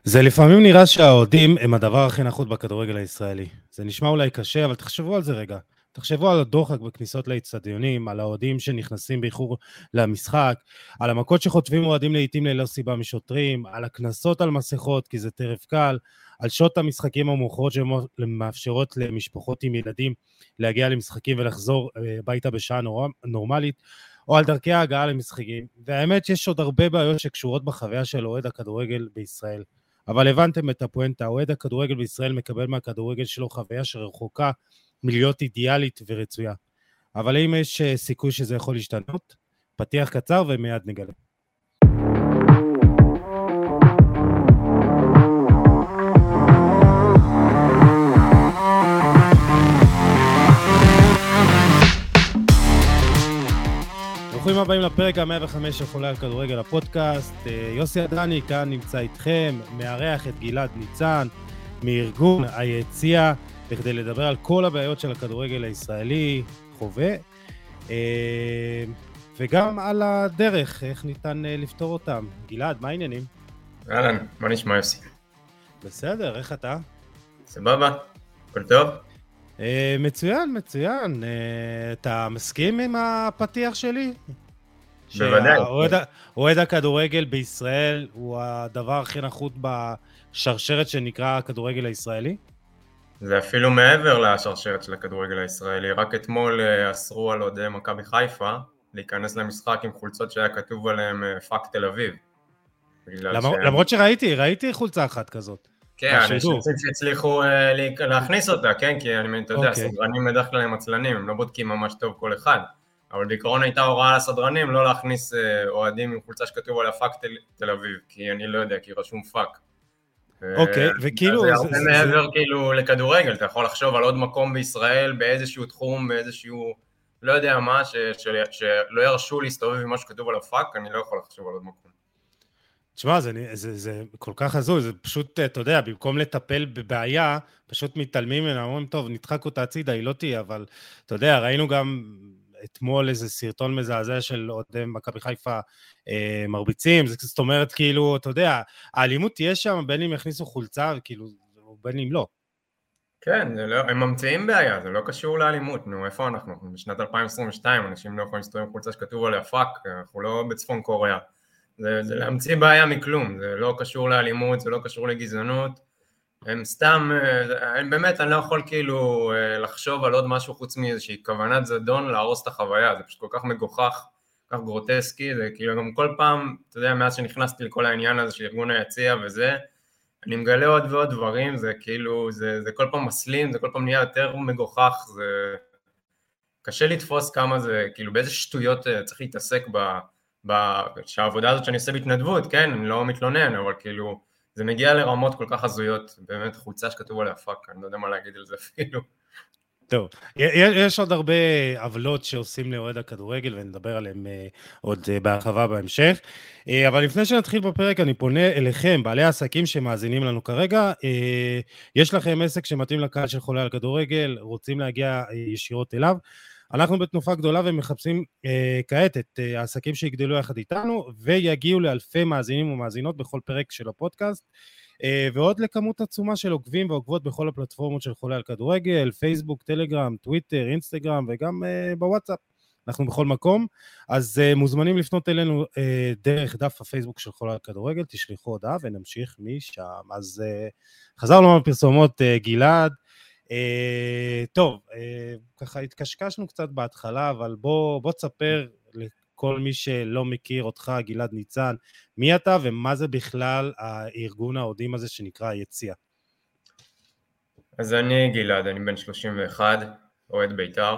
זה לפעמים נראה שהאוהדים הם הדבר הכי נחות בכדורגל הישראלי. זה נשמע אולי קשה, אבל תחשבו על זה רגע. תחשבו על הדוחק בכניסות לאצטדיונים, על האוהדים שנכנסים באיחור למשחק, על המכות שחוטפים אוהדים לעיתים ללא סיבה משוטרים, על הקנסות על מסכות, כי זה טרף קל, על שעות המשחקים המאוחרות שמאפשרות למשפחות עם ילדים להגיע למשחקים ולחזור הביתה בשעה נורמלית, או על דרכי ההגעה למשחקים. והאמת שיש עוד הרבה בעיות שקשורות בחוויה של אוהד הכדורגל בישראל. אבל הבנתם את הפואנטה, אוהד הכדורגל בישראל מקבל מהכדורגל שלו חוויה שרחוקה מלהיות אידיאלית ורצויה. אבל האם יש סיכוי שזה יכול להשתנות? פתיח קצר ומיד נגלה. ברוכים הבאים לפרק ה-105 של חולה על כדורגל הפודקאסט. יוסי עדני כאן נמצא איתכם, מארח את גלעד ניצן מארגון היציע, בכדי לדבר על כל הבעיות של הכדורגל הישראלי, חווה, וגם על הדרך, איך ניתן לפתור אותם. גלעד, מה העניינים? אהלן, מה נשמע יוסי? בסדר, איך אתה? סבבה, הכל טוב? מצוין, מצוין. אתה מסכים עם הפתיח שלי? בוודאי. אוהד הכדורגל בישראל הוא הדבר הכי נחות בשרשרת שנקרא הכדורגל הישראלי? זה אפילו מעבר לשרשרת של הכדורגל הישראלי. רק אתמול אסרו על אוהדי מכבי חיפה להיכנס למשחק עם חולצות שהיה כתוב עליהם פאק תל אביב. למרות שראיתי חולצה אחת כזאת. כן, אנשים שהצליחו להכניס אותה, כן? כי אתה יודע, סדרנים בדרך כלל הם עצלנים, הם לא בודקים ממש טוב כל אחד. אבל בעיקרון הייתה הוראה לסדרנים לא להכניס אוהדים עם חולצה שכתוב עליה פאק תל אביב, כי אני לא יודע, כי רשום פאק. אוקיי, וכאילו... זה הרבה מעבר כאילו לכדורגל, אתה יכול לחשוב על עוד מקום בישראל, באיזשהו תחום, באיזשהו, לא יודע מה, שלא ירשו להסתובב עם משהו כתוב עליו פאק, אני לא יכול לחשוב על עוד מקום. תשמע, זה כל כך הזוי, זה פשוט, אתה יודע, במקום לטפל בבעיה, פשוט מתעלמים ממנה, אומרים, טוב, נדחק אותה הצידה, היא לא תהיה, אבל אתה יודע, ראינו גם אתמול איזה סרטון מזעזע של אוהדי מכבי חיפה מרביצים, זאת אומרת, כאילו, אתה יודע, האלימות תהיה שם, בין אם יכניסו חולצה, כאילו, בין אם לא. כן, הם ממציאים בעיה, זה לא קשור לאלימות, נו, איפה אנחנו? בשנת 2022, אנשים לא יכולים להסתובב עם חולצה שכתוב עליה פאק, אנחנו לא בצפון קוריאה. זה להמציא בעיה מכלום, זה לא קשור לאלימות, זה לא קשור לגזענות, הם סתם, באמת אני לא יכול כאילו לחשוב על עוד משהו חוץ מאיזושהי כוונת זדון להרוס את החוויה, זה פשוט כל כך מגוחך, כל כך גרוטסקי, זה כאילו גם כל פעם, אתה יודע, מאז שנכנסתי לכל העניין הזה של ארגון היציע וזה, אני מגלה עוד ועוד דברים, זה כאילו, זה כל פעם מסלים, זה כל פעם נהיה יותר מגוחך, זה קשה לתפוס כמה זה, כאילו באיזה שטויות צריך להתעסק שהעבודה הזאת שאני עושה בהתנדבות, כן, אני לא מתלונן, אבל כאילו, זה מגיע לרמות כל כך הזויות, באמת חולצה שכתוב עליה פאק, אני לא יודע מה להגיד על זה אפילו. טוב, יש עוד הרבה עוולות שעושים לאוהד הכדורגל, ונדבר עליהם עוד בהרחבה בהמשך, אבל לפני שנתחיל בפרק, אני פונה אליכם, בעלי העסקים שמאזינים לנו כרגע, יש לכם עסק שמתאים לקהל של חולה על כדורגל, רוצים להגיע ישירות אליו, אנחנו בתנופה גדולה ומחפשים כעת את העסקים שיגדלו יחד איתנו, ויגיעו לאלפי מאזינים ומאזינות בכל פרק של הפודקאסט, ועוד לכמות עצומה של עוקבים ועוקבות בכל הפלטפורמות של חולה על כדורגל, פייסבוק, טלגרם, טוויטר, אינסטגרם וגם בוואטסאפ, אנחנו בכל מקום, אז מוזמנים לפנות אלינו דרך דף הפייסבוק של חולה על כדורגל, תשלחו הודעה ונמשיך משם. אז חזרנו מהפרסומות, גלעד, טוב, ככה התקשקשנו קצת בהתחלה, אבל בוא תספר לכל מי שלא מכיר אותך, גלעד ניצן, מי אתה ומה זה בכלל הארגון האוהדים הזה שנקרא היציע? אז אני גלעד, אני בן 31, אוהד בית"ר.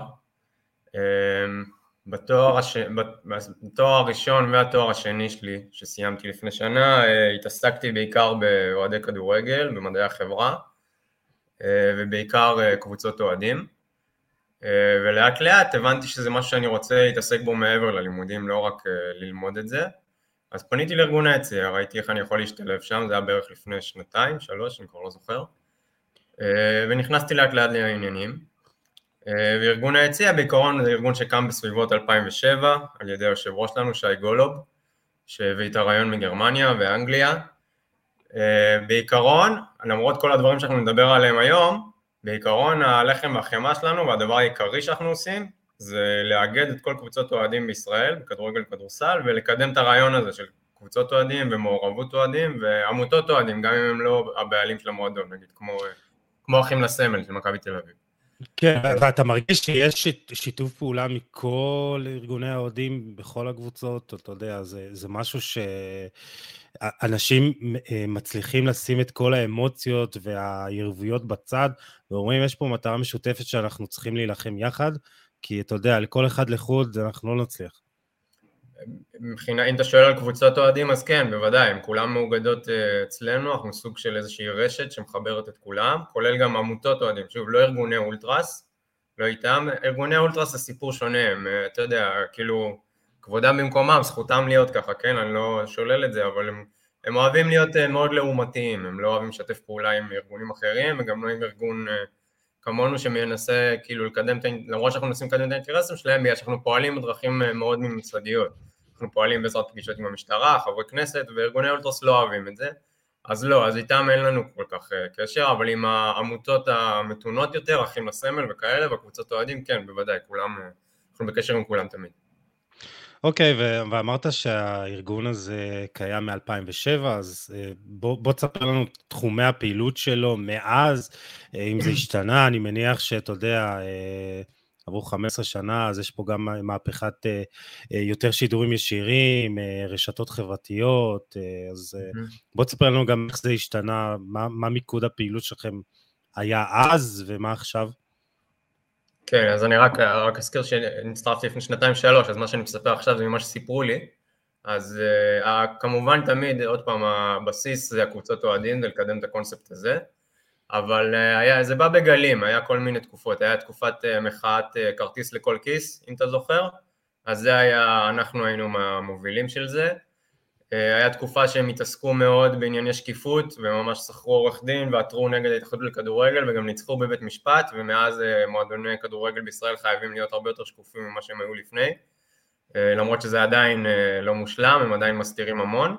בתואר הראשון והתואר השני שלי, שסיימתי לפני שנה, התעסקתי בעיקר באוהדי כדורגל, במדעי החברה, ובעיקר קבוצות אוהדים, ולאט לאט הבנתי שזה משהו שאני רוצה להתעסק בו מעבר ללימודים, לא רק ללמוד את זה, אז פניתי לארגון היציע, ראיתי איך אני יכול להשתלב שם, זה היה בערך לפני 2, 3, אני כבר לא זוכר, ונכנסתי לאט לאט לעניינים, וארגון היציע בעיקרון זה ארגון שקם בסביבות 2007, על ידי היושב ראש שלנו, שי גולוב, שהביא את הרעיון מגרמניה ואנגליה, בעיקרון, למרות כל הדברים שאנחנו נדבר עליהם היום, בעיקרון הלחם והחמאה שלנו והדבר העיקרי שאנחנו עושים זה לאגד את כל קבוצות אוהדים בישראל, בכדורגל וכדורסל, ולקדם את הרעיון הזה של קבוצות אוהדים ומעורבות אוהדים ועמותות אוהדים, גם אם הם לא הבעלים של המועדון, נגיד כמו אחים לסמל של מכבי תל אביב. כן, ואתה מרגיש שיש שיתוף פעולה מכל ארגוני האוהדים בכל הקבוצות, אתה יודע, זה משהו שאנשים מצליחים לשים את כל האמוציות והיריבויות בצד, ואומרים יש פה מטרה משותפת שאנחנו צריכים להילחם יחד, כי אתה יודע, לכל אחד לחוד אנחנו לא נצליח. אם אתה שואל על קבוצות אוהדים, אז כן, בוודאי, הם כולם מאוגדות אצלנו, אנחנו סוג של איזושהי רשת שמחברת את כולם, כולל גם עמותות אוהדים, שוב, לא ארגוני אולטרס, לא איתם, ארגוני אולטרס זה סיפור שונה, הם, אתה יודע, כאילו, כבודם במקומם, זכותם להיות ככה, כן, אני לא שולל את זה, אבל הם אוהבים להיות מאוד לעומתיים, הם לא אוהבים לשתף פעולה עם ארגונים אחרים, וגם לא עם ארגון כמונו שמנסה כאילו לקדם, למרות שאנחנו מנסים לקדם את האינטרסים שלהם, בגלל שאנחנו פועלים בדרכים מאוד ממסדיות. אנחנו פועלים בעזרת פגישות עם המשטרה, חברי כנסת, וארגוני אולטרס לא אוהבים את זה, אז לא, אז איתם אין לנו כל כך קשר, אבל עם העמותות המתונות יותר, אחים לסמל וכאלה, והקבוצות אוהדים, כן, בוודאי, כולם, אנחנו בקשר עם כולם תמיד. אוקיי, ואמרת שהארגון הזה קיים מ-2007, אז בוא תספר לנו תחומי הפעילות שלו מאז, אם זה השתנה, אני מניח שאתה יודע, עברו 15 שנה, אז יש פה גם מהפכת יותר שידורים ישירים, רשתות חברתיות, אז בוא תספר לנו גם איך זה השתנה, מה מיקוד הפעילות שלכם היה אז ומה עכשיו? כן, אז אני רק אזכיר שנצטרפתי לפני 2-3, אז מה שאני מספר עכשיו זה ממה שסיפרו לי, אז כמובן תמיד, עוד פעם, הבסיס זה הקבוצות אוהדים, זה לקדם את הקונספט הזה, אבל זה בא בגלים, היה כל מיני תקופות, היה תקופת מחאת כרטיס לכל כיס, אם אתה זוכר, אז זה היה, אנחנו היינו מהמובילים של זה, היה תקופה שהם התעסקו מאוד בענייני שקיפות, וממש שכרו עורך דין ועתרו נגד ההתאחדות לכדורגל, וגם ניצחו בבית משפט, ומאז מועדוני כדורגל בישראל חייבים להיות הרבה יותר שקופים ממה שהם היו לפני, למרות שזה עדיין לא מושלם, הם עדיין מסתירים המון.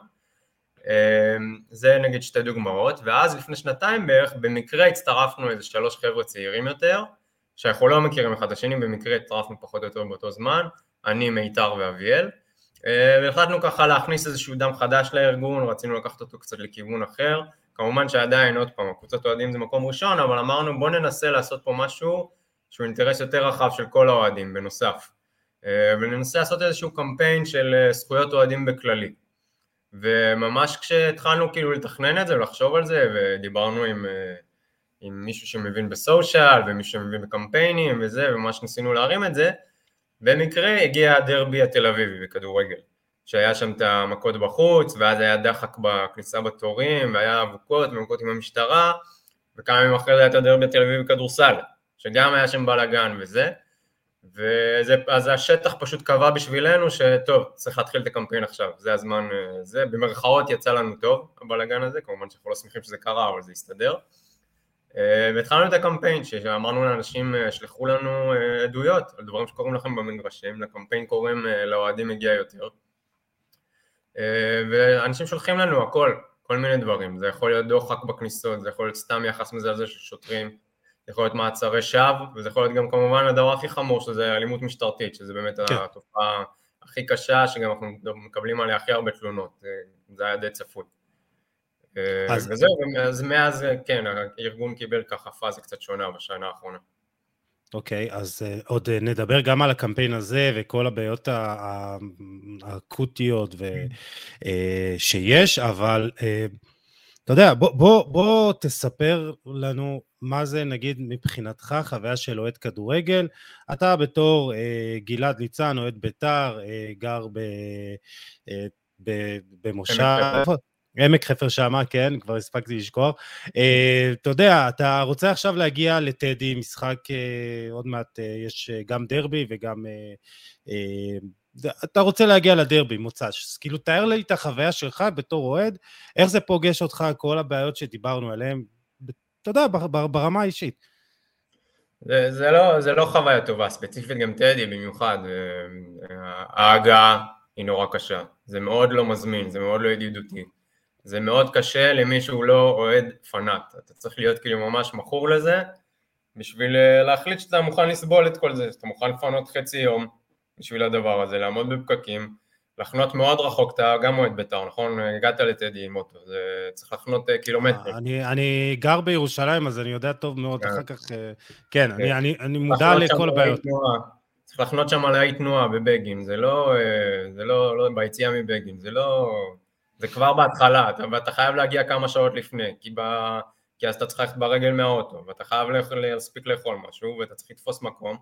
זה נגיד שתי דוגמאות, ואז לפני 2 בערך במקרה הצטרפנו איזה 3 חבר'ה צעירים יותר, שאנחנו לא מכירים אחד השני, במקרה הצטרפנו פחות או יותר באותו זמן, אני, מיתר ואביאל, והחלטנו ככה להכניס איזשהו דם חדש לארגון, רצינו לקחת אותו קצת לכיוון אחר, כמובן שעדיין עוד פעם, קבוצות אוהדים זה מקום ראשון, אבל אמרנו בוא ננסה לעשות פה משהו שהוא אינטרס יותר רחב של כל האוהדים בנוסף, וננסה לעשות איזשהו קמפיין של זכויות אוהדים בכללי. וממש כשהתחלנו כאילו לתכנן את זה ולחשוב על זה, ודיברנו עם מישהו שמבין בסושיאל ומישהו שמבין בקמפיינים וזה, וממש ניסינו להרים את זה, במקרה הגיע הדרבי התל אביבי בכדורגל, שהיה שם את המכות בחוץ, ואז היה דחק בכניסה בתורים, והיה אבוקות ומכות עם המשטרה, וכמה ימים אחרי זה היה את הדרבי התל אביבי בכדורסל, שגם היה שם בלגן וזה, אז השטח פשוט קבע בשבילנו שטוב, צריך להתחיל את הקמפיין עכשיו, זה הזמן, זה במרכאות יצא לנו טוב, הבלגן הזה, כמובן שאנחנו לא שמחים שזה קרה, אבל זה יסתדר, והתחלנו את הקמפיין, שאמרנו לאנשים, שלחו לנו עדויות על דברים שקוראים לכם במגרשים, לקמפיין קוראים לאוהדים מגיע יותר, ואנשים שולחים לנו הכל, כל מיני דברים, זה יכול להיות דוחק בכניסות, זה יכול להיות סתם יחס מזלזל של שוטרים, זה יכול להיות מעצרי שווא, וזה יכול להיות גם כמובן הדבר הכי חמור, שזה אלימות משטרתית, שזה באמת התופעה הכי קשה, שגם אנחנו מקבלים עליה הכי הרבה תלונות, זה היה די צפוי. וזהו, אז מאז, כן, הארגון קיבל ככה פאזה קצת שונה בשנה האחרונה. אוקיי, אז עוד נדבר גם על הקמפיין הזה וכל הבעיות האקוטיות שיש, אבל אתה יודע, בוא תספר לנו מה זה נגיד מבחינתך חוויה של אוהד כדורגל, אתה בתור גלעד ניצן, אוהד בית"ר, גר במושב, עמק חפר שמה, כן, כבר הספקתי לשכוח, אתה יודע, אתה רוצה עכשיו להגיע לטדי, משחק, עוד מעט יש גם דרבי וגם, אתה רוצה להגיע לדרבי, מוצ"ש, כאילו תאר לי את החוויה שלך בתור אוהד, איך זה פוגש אותך, כל הבעיות שדיברנו עליהן, אתה יודע, ברמה האישית. זה לא חוויה טובה, ספציפית גם טדי במיוחד, ההגעה היא נורא קשה, זה מאוד לא מזמין, זה מאוד לא ידידותי, זה מאוד קשה למי שהוא לא אוהד פנאט, אתה צריך להיות כאילו ממש מכור לזה, בשביל להחליט שאתה מוכן לסבול את כל זה, שאתה מוכן לפנות חצי יום בשביל הדבר הזה, לעמוד בפקקים, לחנות מאוד רחוק, אתה גם אוהד בית"ר, נכון? הגעת לטדי עם אוטו, זה צריך לחנות קילומטרים. אני גר בירושלים, אז אני יודע טוב מאוד, אחר כך, כן, אני מודע לחנות לכל שם הבעיות. צריך לחנות שם על האי תנועה בבגין, זה לא ביציאה מבגין, זה כבר בהתחלה, ואתה חייב להגיע כמה שעות לפני, כי אז אתה צריך ללכת ברגל מהאוטו, ואתה חייב להספיק לאכול משהו, ואתה צריך לתפוס מקום,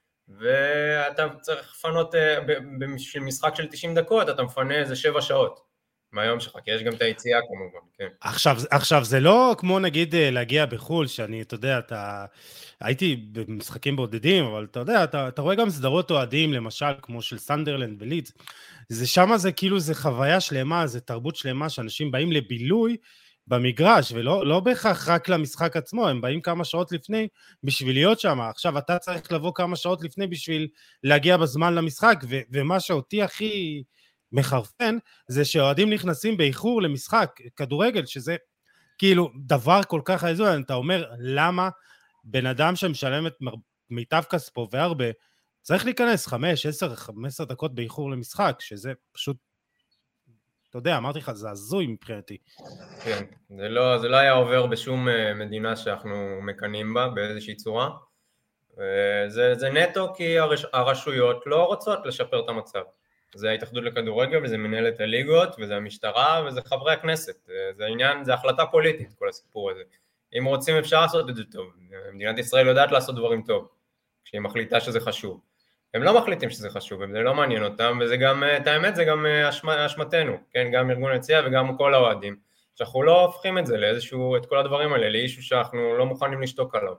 ואתה צריך לפנות, בשביל משחק של 90 דקות, אתה מפנה איזה 7 שעות מהיום שלך, כי יש גם את היציאה כמובן, כן. עכשיו, זה לא כמו נגיד להגיע בחול, שאני, אתה יודע, הייתי במשחקים בודדים, אבל אתה יודע, אתה רואה גם סדרות אוהדים, למשל, כמו של סנדרלנד ולידס, שמה זה כאילו, זה חוויה שלמה, זה תרבות שלמה, שאנשים באים לבילוי במגרש, ולא בהכרח רק למשחק עצמו, הם באים כמה שעות לפני בשביל להיות שם. עכשיו, אתה צריך לבוא כמה שעות לפני בשביל להגיע בזמן למשחק, ומה שאותי הכי מחרפן, זה שאוהדים נכנסים באיחור למשחק כדורגל, שזה כאילו דבר כל כך הזוי, אתה אומר, למה בן אדם שמשלם את מיטב כספו והרבה, צריך להיכנס 5, 10, 15 דקות באיחור למשחק, שזה פשוט, אתה יודע, אמרתי לך, זה הזוי מבחינתי. כן, זה לא היה עובר בשום מדינה שאנחנו מקנים בה באיזושהי צורה, זה נטו כי הרשויות לא רוצות לשפר את המצב. זה ההתאחדות לכדורגל, וזה מנהלת הליגות, וזה המשטרה, וזה חברי הכנסת. זה עניין, זה החלטה פוליטית, כל הסיפור הזה. אם רוצים אפשר לעשות את זה טוב. מדינת ישראל יודעת לעשות דברים טוב, כשהיא מחליטה שזה חשוב. הם לא מחליטים שזה חשוב, זה לא מעניין אותם, וזה גם, את האמת, זה גם אשמתנו, כן? גם ארגון היציאה וגם כל האוהדים, שאנחנו לא הופכים את זה לאיזשהו, את כל הדברים האלה, לאישהו שאנחנו לא מוכנים לשתוק עליו.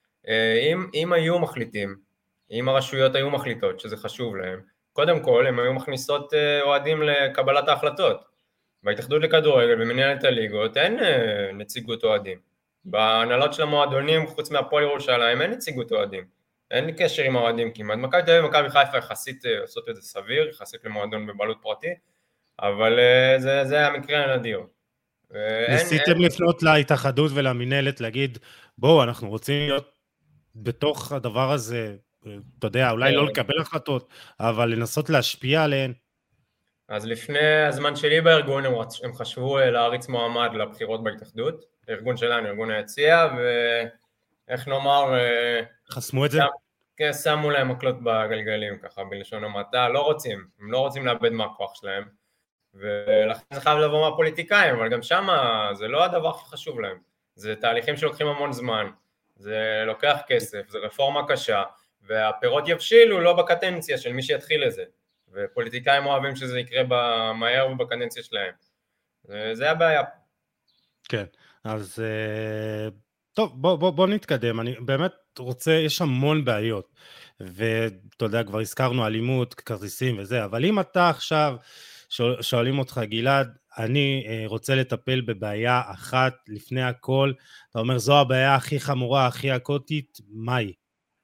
אם היו מחליטים, אם הרשויות היו מחליטות שזה חשוב להם, קודם כל הם היו מכניסות אוהדים לקבלת ההחלטות. בהתאחדות לכדורגל ומנהלת הליגות אין נציגות אוהדים. בהנהלות של המועדונים, חוץ מהפועל ירושלים, אין נציגות אוהדים. אין קשר עם האוהדים כמעט. מכבי תל אביב ומכבי חיפה יחסית עושות את זה סביר, יחסית למועדון בבעלות פרטי, אבל זה המקרה הנדיר. ניסיתם לפנות להתאחדות ולמנהלת להגיד, בואו, אנחנו רוצים להיות בתוך הדבר הזה, אתה יודע, אולי לא לקבל החלטות, אבל לנסות להשפיע עליהן. אז לפני הזמן שלי בארגון, הם חשבו להריץ מועמד לבחירות בהתאחדות, הארגון שלנו, ארגון היציאה, ואיך נאמר... חסמו את זה? כן, שמו להם מקלות בגלגלים, ככה, בלשון המעטה, הם לא רוצים לאבד מהכוח שלהם, ולכן זה חייב לבוא מהפוליטיקאים, אבל גם שם זה לא הדבר הכי חשוב להם, זה תהליכים שלוקחים המון זמן, זה לוקח כסף, זה רפורמה קשה, והפירות יבשילו לא בקדנציה של מי שיתחיל לזה, ופוליטיקאים אוהבים שזה יקרה מהר ובקדנציה שלהם, זה הבעיה. כן, אז טוב, בוא נתקדם, אני באמת רוצה, יש המון בעיות, ואתה יודע, כבר הזכרנו אלימות, כרטיסים וזה, אבל אם אתה עכשיו שואלים אותך, גלעד, אני רוצה לטפל בבעיה אחת לפני הכל, אתה אומר, זו הבעיה הכי חמורה, הכי אקוטית, מהי?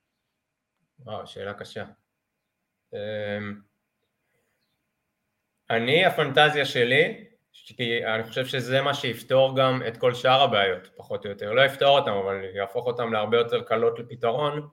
וואו, שאלה קשה. הפנטזיה שלי, כי אני חושב שזה מה שיפתור גם את כל שאר הבעיות, פחות או יותר. לא יפתור אותם, אבל יהפוך אותם להרבה יותר קלות לפתרון,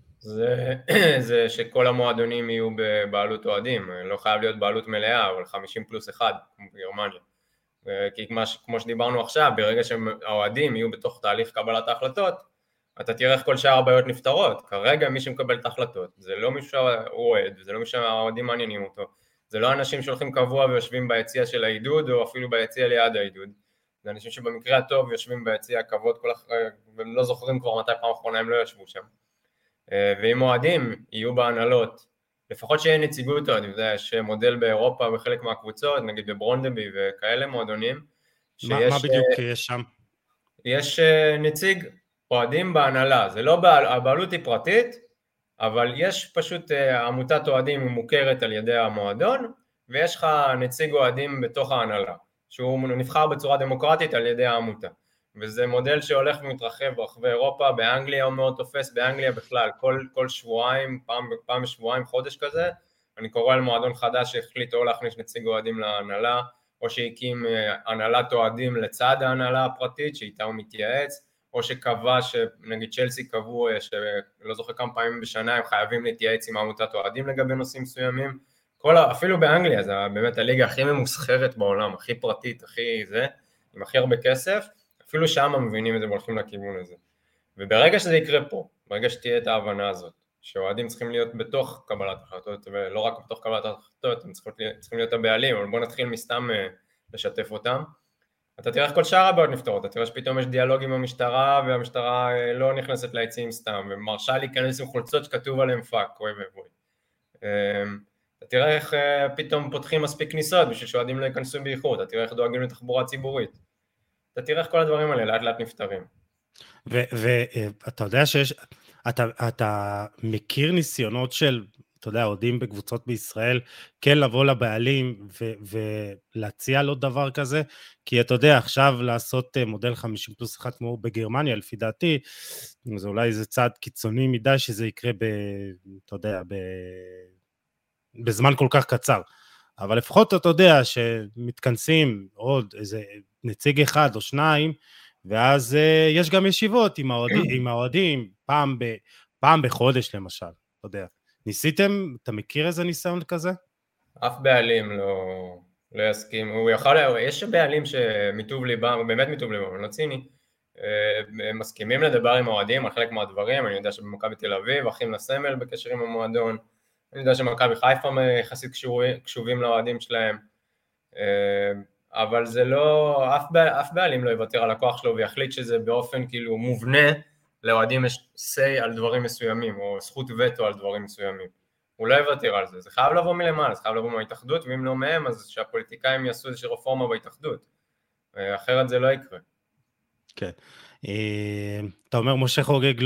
זה שכל המועדונים יהיו בבעלות אוהדים. לא חייב להיות בעלות מלאה, אבל 50+1, כמו בגרמניה. כי כמו שדיברנו עכשיו, ברגע שהאוהדים יהיו בתוך תהליך קבלת ההחלטות, אתה תראה איך כל שאר הבעיות נפתרות. כרגע מי שמקבל את ההחלטות, זה לא מישהו שהוא אוהד, וזה לא מישהו שהאוהדים מעניינים אותו. זה לא אנשים שהולכים קבוע ויושבים ביציע של העידוד, או אפילו ביציע ליד העידוד. זה אנשים שבמקרה הטוב יושבים ביציע כבוד, והם לא זוכרים כבר מתי פעם אחרונה הם לא ישבו שם. ואם אוהדים יהיו בהנהלות, לפחות שיהיה נציגות אוהדים, יש מודל באירופה בחלק מהקבוצות, נגיד בברונדבי וכאלה מועדונים. מה בדיוק יש שם? יש נציג אוהדים בהנהלה, זה לא, הבעלות היא פרטית, אבל יש פשוט עמותת אוהדים מוכרת על ידי המועדון, ויש לך נציג אוהדים בתוך ההנהלה, שהוא נבחר בצורה דמוקרטית על ידי העמותה. וזה מודל שהולך ומתרחב ברחבי אירופה, באנגליה הוא מאוד תופס, באנגליה בכלל, כל שבועיים, פעם בשבועיים, חודש כזה, אני קורא על מועדון חדש שהחליט או להכניס נציג אוהדים להנהלה, או שהקים הנהלת אוהדים לצד ההנהלה הפרטית, שאיתה הוא מתייעץ, או שקבע שנגיד צ'לסי קבעו, שלא זוכר כמה פעמים בשנה, הם חייבים להתייעץ עם עמותת אוהדים לגבי נושאים מסוימים, אפילו באנגליה, זה באמת הליגה הכי ממוסחרת בעולם, הכי פרטית, הכי זה, עם הכי הרבה כסף, אפילו שם מבינים את זה והולכים לכיוון הזה. וברגע שזה יקרה פה, ברגע שתהיה את ההבנה הזאת, שאוהדים צריכים להיות בתוך קבלת החלטות, ולא רק בתוך קבלת החלטות, הם צריכים להיות הבעלים, אבל בואו נתחיל מסתם לשתף אותם, אתה תראה איך כל שאר הבעיות נפתרות, אתה תראה שפתאום יש דיאלוג עם המשטרה, והמשטרה לא נכנסת ליציעים סתם, ומרשה להיכנס עם חולצות שכתוב עליהם פאק, אוי ואבוי. אתה תראה איך פתאום פותחים מספיק כניסות, בשביל שאוהדים לא ייכנסו באיחוד, אתה תראה איך דואגים לתחבורה ציבורית, אתה תראה איך כל הדברים האלה לאט לאט נפתרים. ואתה יודע אתה מכיר ניסיונות של, אתה יודע, אוהדים בקבוצות בישראל, כן לבוא לבעלים ולהציע לו דבר כזה, כי אתה יודע, עכשיו לעשות מודל 50+1 כמו בגרמניה, לפי דעתי, זה אולי איזה צעד קיצוני מדי שזה יקרה אתה יודע, בזמן כל כך קצר. אבל לפחות אתה יודע שמתכנסים עוד איזה נציג אחד או שניים, ואז יש גם ישיבות עם האוהדים, פעם בחודש למשל, אתה יודע. ניסיתם, אתה מכיר איזה ניסיון כזה? אף בעלים לא יסכים, יש בעלים שמטוב ליבם, באמת מטוב ליבם, אני לא ציני, מסכימים לדבר עם האוהדים על חלק מהדברים, אני יודע שבמכבי תל אביב, אחים לסמל בקשר עם המועדון, אני יודע שמכבי חיפה יחסית קשובים לאוהדים שלהם, אבל זה לא, אף בעלים לא יוותר על הכוח שלו ויחליט שזה באופן כאילו מובנה, לאוהדים יש say על דברים מסוימים, או זכות וטו על דברים מסוימים. הוא לא יוותר על זה, זה חייב לבוא מלמעלה, זה חייב לבוא מההתאחדות, ואם לא מהם, אז שהפוליטיקאים יעשו איזושהי רפורמה בהתאחדות. אחרת זה לא יקרה. כן. אתה אומר, משה חוגג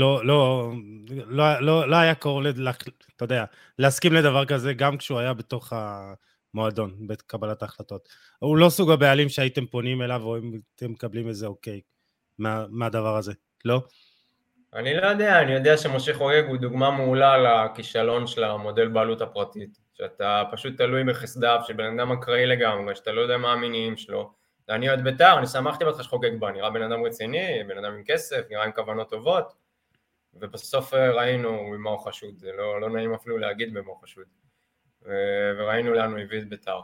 לא היה קורא, אתה יודע, להסכים לדבר כזה, גם כשהוא היה בתוך המועדון, בקבלת ההחלטות. הוא לא סוג הבעלים שהייתם פונים אליו, או אם אתם מקבלים איזה אוקיי, מהדבר הזה, לא? אני לא יודע, אני יודע שמשה חוגג הוא דוגמה מעולה לכישלון של המודל בעלות הפרטית, שאתה פשוט תלוי בחסדיו, שבן אדם אקראי לגמרי, שאתה לא יודע מה המניעים שלו. אני אוהד בית"ר, אני שמחתי בתך שחוגג בה, נראה בן אדם רציני, בן אדם עם כסף, נראה עם כוונות טובות, ובסוף ראינו במה הוא חשוד, זה לא נעים אפילו להגיד במה הוא חשוד, וראינו לאן הוא הביא את בית"ר.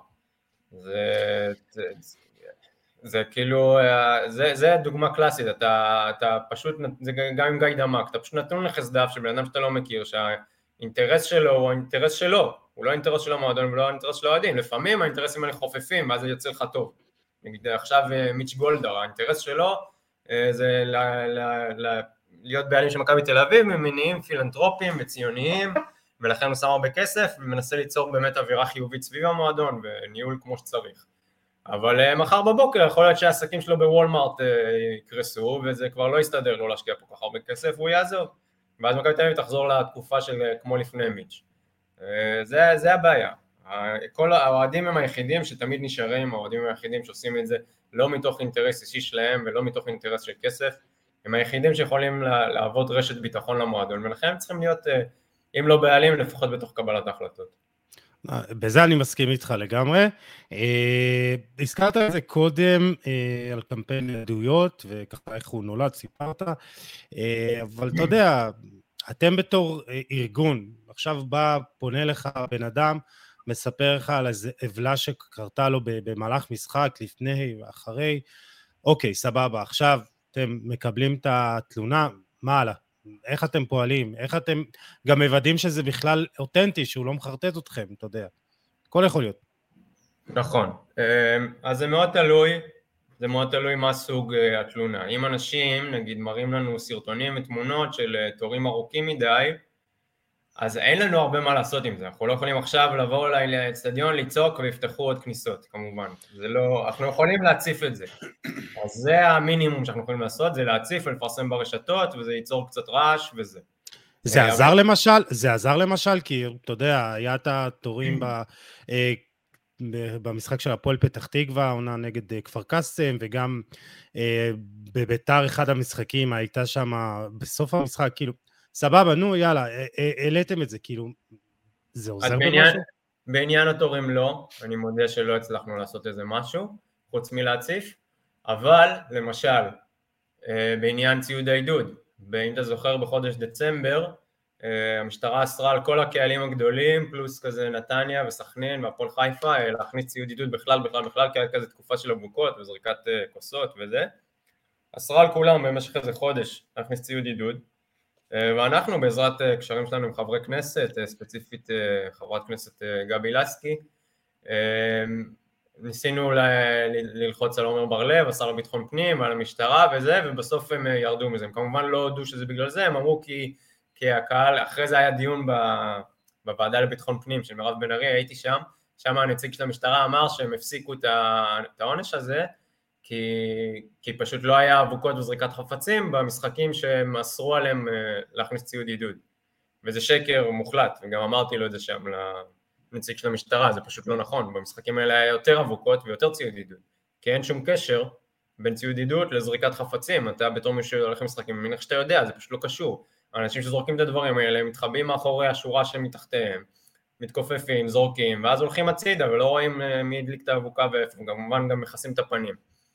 זה כאילו, זה דוגמה קלאסית, אתה פשוט, זה גם עם גיא דמק, אתה פשוט נתון לחסדיו של בן אדם שאתה לא מכיר, שהאינטרס שלו הוא האינטרס שלו, הוא לא האינטרס של המועדון ולא האינטרס של האוהדים, לפעמים האינטרסים האלה חופפים, ואז זה יוצא לך טוב. נגיד עכשיו מיץ' גולדהר, האינטרס שלו זה להיות בעלים של מכבי תל אביב, ממניעים פילנטרופיים וציוניים, ולכן הוא שם הרבה כסף, ומנסה ליצור באמת אווירה חיובית סביב המועדון, וניהול כמו שצריך. אבל מחר בבוקר יכול להיות שהעסקים שלו בוולמארט יקרסו, וזה כבר לא יסתדר לא להשקיע פה כך הרבה כסף, והוא יעזוב. ואז מכבי תל אביב תחזור לתקופה של כמו לפני מיץ'. זה הבעיה. כל האוהדים הם היחידים שתמיד נשארים, האוהדים הם היחידים שעושים את זה לא מתוך אינטרס אישי שלהם ולא מתוך אינטרס של כסף, הם היחידים שיכולים לעבוד רשת ביטחון למועדון, ולכן הם צריכים להיות, אם לא בעלים, לפחות בתוך קבלת ההחלטות. בזה אני מסכים איתך לגמרי. הזכרת את זה קודם על קמפיין עדויות, וככה איך הוא נולד, סיפרת, אבל אתה יודע, אתם בתור ארגון, עכשיו פונה לך בן אדם, מספר לך על איזה עוולה שקרתה לו במהלך משחק, לפני ואחרי, אוקיי, סבבה, עכשיו אתם מקבלים את התלונה, מה הלאה? איך אתם פועלים? איך אתם גם מוודאים שזה בכלל אותנטי, שהוא לא מחרטט אתכם, אתה יודע? הכל יכול להיות. נכון, אז זה מאוד תלוי מה סוג התלונה. אם אנשים, נגיד, מראים לנו סרטונים ותמונות של תורים ארוכים מדי, אז אין לנו הרבה מה לעשות עם זה, אנחנו לא יכולים עכשיו לבוא אולי לאצטדיון, לצעוק ויפתחו עוד כניסות, כמובן. זה לא, אנחנו יכולים להציף את זה. אז זה המינימום שאנחנו יכולים לעשות, זה להציף ולפרסם ברשתות, וזה ייצור קצת רעש וזה. זה עזר למשל? זה עזר למשל, כי אתה יודע, היה את התורים במשחק של הפועל פתח תקווה, עונה נגד כפר קאסם, וגם בביתר אחד המשחקים, הייתה שם בסוף המשחק, כאילו, סבבה, נו, יאללה, העליתם את זה, כאילו, זה עוזר במשהו? בעניין התורים לא, אני מודה שלא הצלחנו לעשות איזה משהו, חוץ מלהציף, אבל למשל, בעניין ציוד העידוד, אם אתה זוכר בחודש דצמבר, המשטרה אסרה על כל הקהלים הגדולים, פלוס כזה נתניה וסכנין והפועל חיפה, להכניס ציוד עידוד בכלל, כי היה כזה תקופה של אבוקות וזריקת כוסות וזה, אסרה על כולם במשך איזה חודש להכניס ציוד עידוד, ואנחנו בעזרת קשרים שלנו עם חברי כנסת, ספציפית חברת כנסת גבי לסקי, ניסינו ללחוץ על עומר בר לב, השר לביטחון פנים, על המשטרה וזה, ובסוף הם ירדו מזה. הם כמובן לא הודו שזה בגלל זה, הם אמרו כי הקהל, אחרי זה היה דיון בוועדה לביטחון פנים של מירב בן ארי, הייתי שם הנציג של המשטרה אמר שהם הפסיקו את העונש הזה, כי פשוט לא היה אבוקות וזריקת חפצים במשחקים שהם אסרו עליהם להכניס ציוד עידוד. וזה שקר מוחלט, וגם אמרתי לו את זה שם לנציג של המשטרה, זה פשוט לא נכון, במשחקים האלה היה יותר אבוקות ויותר ציוד עידוד, כי אין שום קשר בין ציוד עידוד לזריקת חפצים, אתה בתור מישהו שהולך למשחקים, מניח שאתה יודע, זה פשוט לא קשור, האנשים שזורקים את הדברים האלה, הם מתחבאים מאחורי השורה שמתחתיהם, מתכופפים, זורקים, ואז הולכים הצידה ולא רואים מי הדליק את האבוקה ואיפה, כמובן גם מכסים את הפנים.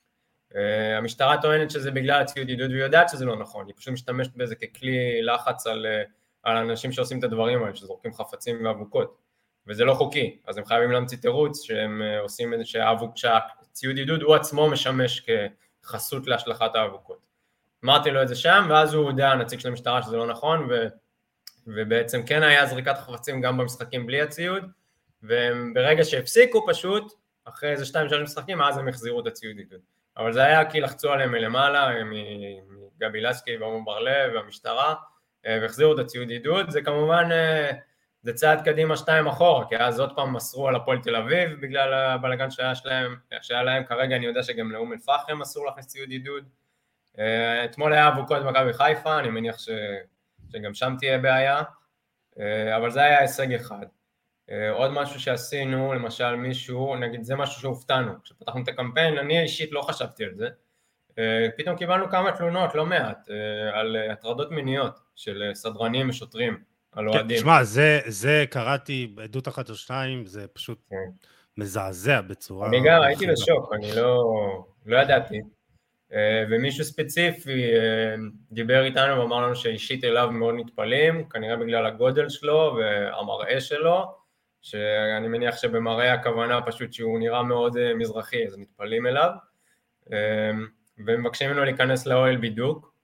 המשטרה טוענת שזה בגלל הציוד עידוד, והיא יודעת שזה לא נכון, היא פשוט משתמשת בזה ככלי לחץ על אנשים שעושים את הדברים האלה, שזורקים חפצים ואבוקות, וזה לא חוקי, אז הם חייבים להמציא תירוץ שהם עושים את זה, שהציוד עידוד הוא עצמו משמש כחסות להשלכת האבוקות. אמרתי לו את זה שם, ואז הוא הודע, הנציג של המשטרה, שזה לא נכון, ובעצם כן היה זריקת חפצים גם במשחקים בלי הציוד, וברגע שהפסיקו פשוט, אחרי איזה 2-3 משחקים, אז הם החזירו את הציוד עידוד. אבל זה היה כי לחצו עליהם מלמעלה, מגבי לסקי ועומר בר לב והמשטרה, והחזירו את הציוד עידוד. זה כמובן, זה צעד קדימה 2 אחורה, כי אז עוד פעם מסרו על הפועל תל אביב, בגלל הבלגן שהיה להם, כרגע אני יודע שגם לאום אל-פחם אסור להכניס ציוד עידוד. אתמול היה אבוקות מכבי חיפה, אני מניח שגם שם תהיה בעיה, אבל זה היה הישג אחד. עוד משהו שעשינו, למשל מישהו, נגיד זה משהו שהופתענו, כשפתחנו את הקמפיין, אני אישית לא חשבתי על זה, פתאום קיבלנו כמה תלונות, לא מעט, על הטרדות מיניות של סדרנים ושוטרים, על אוהדים. תשמע, זה קראתי בעדות 1 או 2, זה פשוט מזעזע בצורה... אני גם הייתי בשוק, אני לא ידעתי, ומישהו ספציפי דיבר איתנו ואמר לנו שאישית אליו מאוד נטפלים, כנראה בגלל הגודל שלו והמראה שלו, שאני מניח שבמראה הכוונה פשוט שהוא נראה מאוד מזרחי, אז נטפלים אליו, ומבקשים ממנו להיכנס לאוהל בידוק,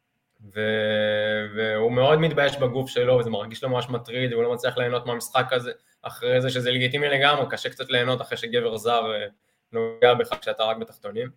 והוא מאוד מתבייש בגוף שלו, וזה מרגיש לו ממש מטריד, והוא לא מצליח ליהנות מהמשחק הזה, אחרי זה שזה לגיטימי לגמרי, קשה קצת ליהנות אחרי שגבר זר נוגע בך כשאתה רק בתחתונים,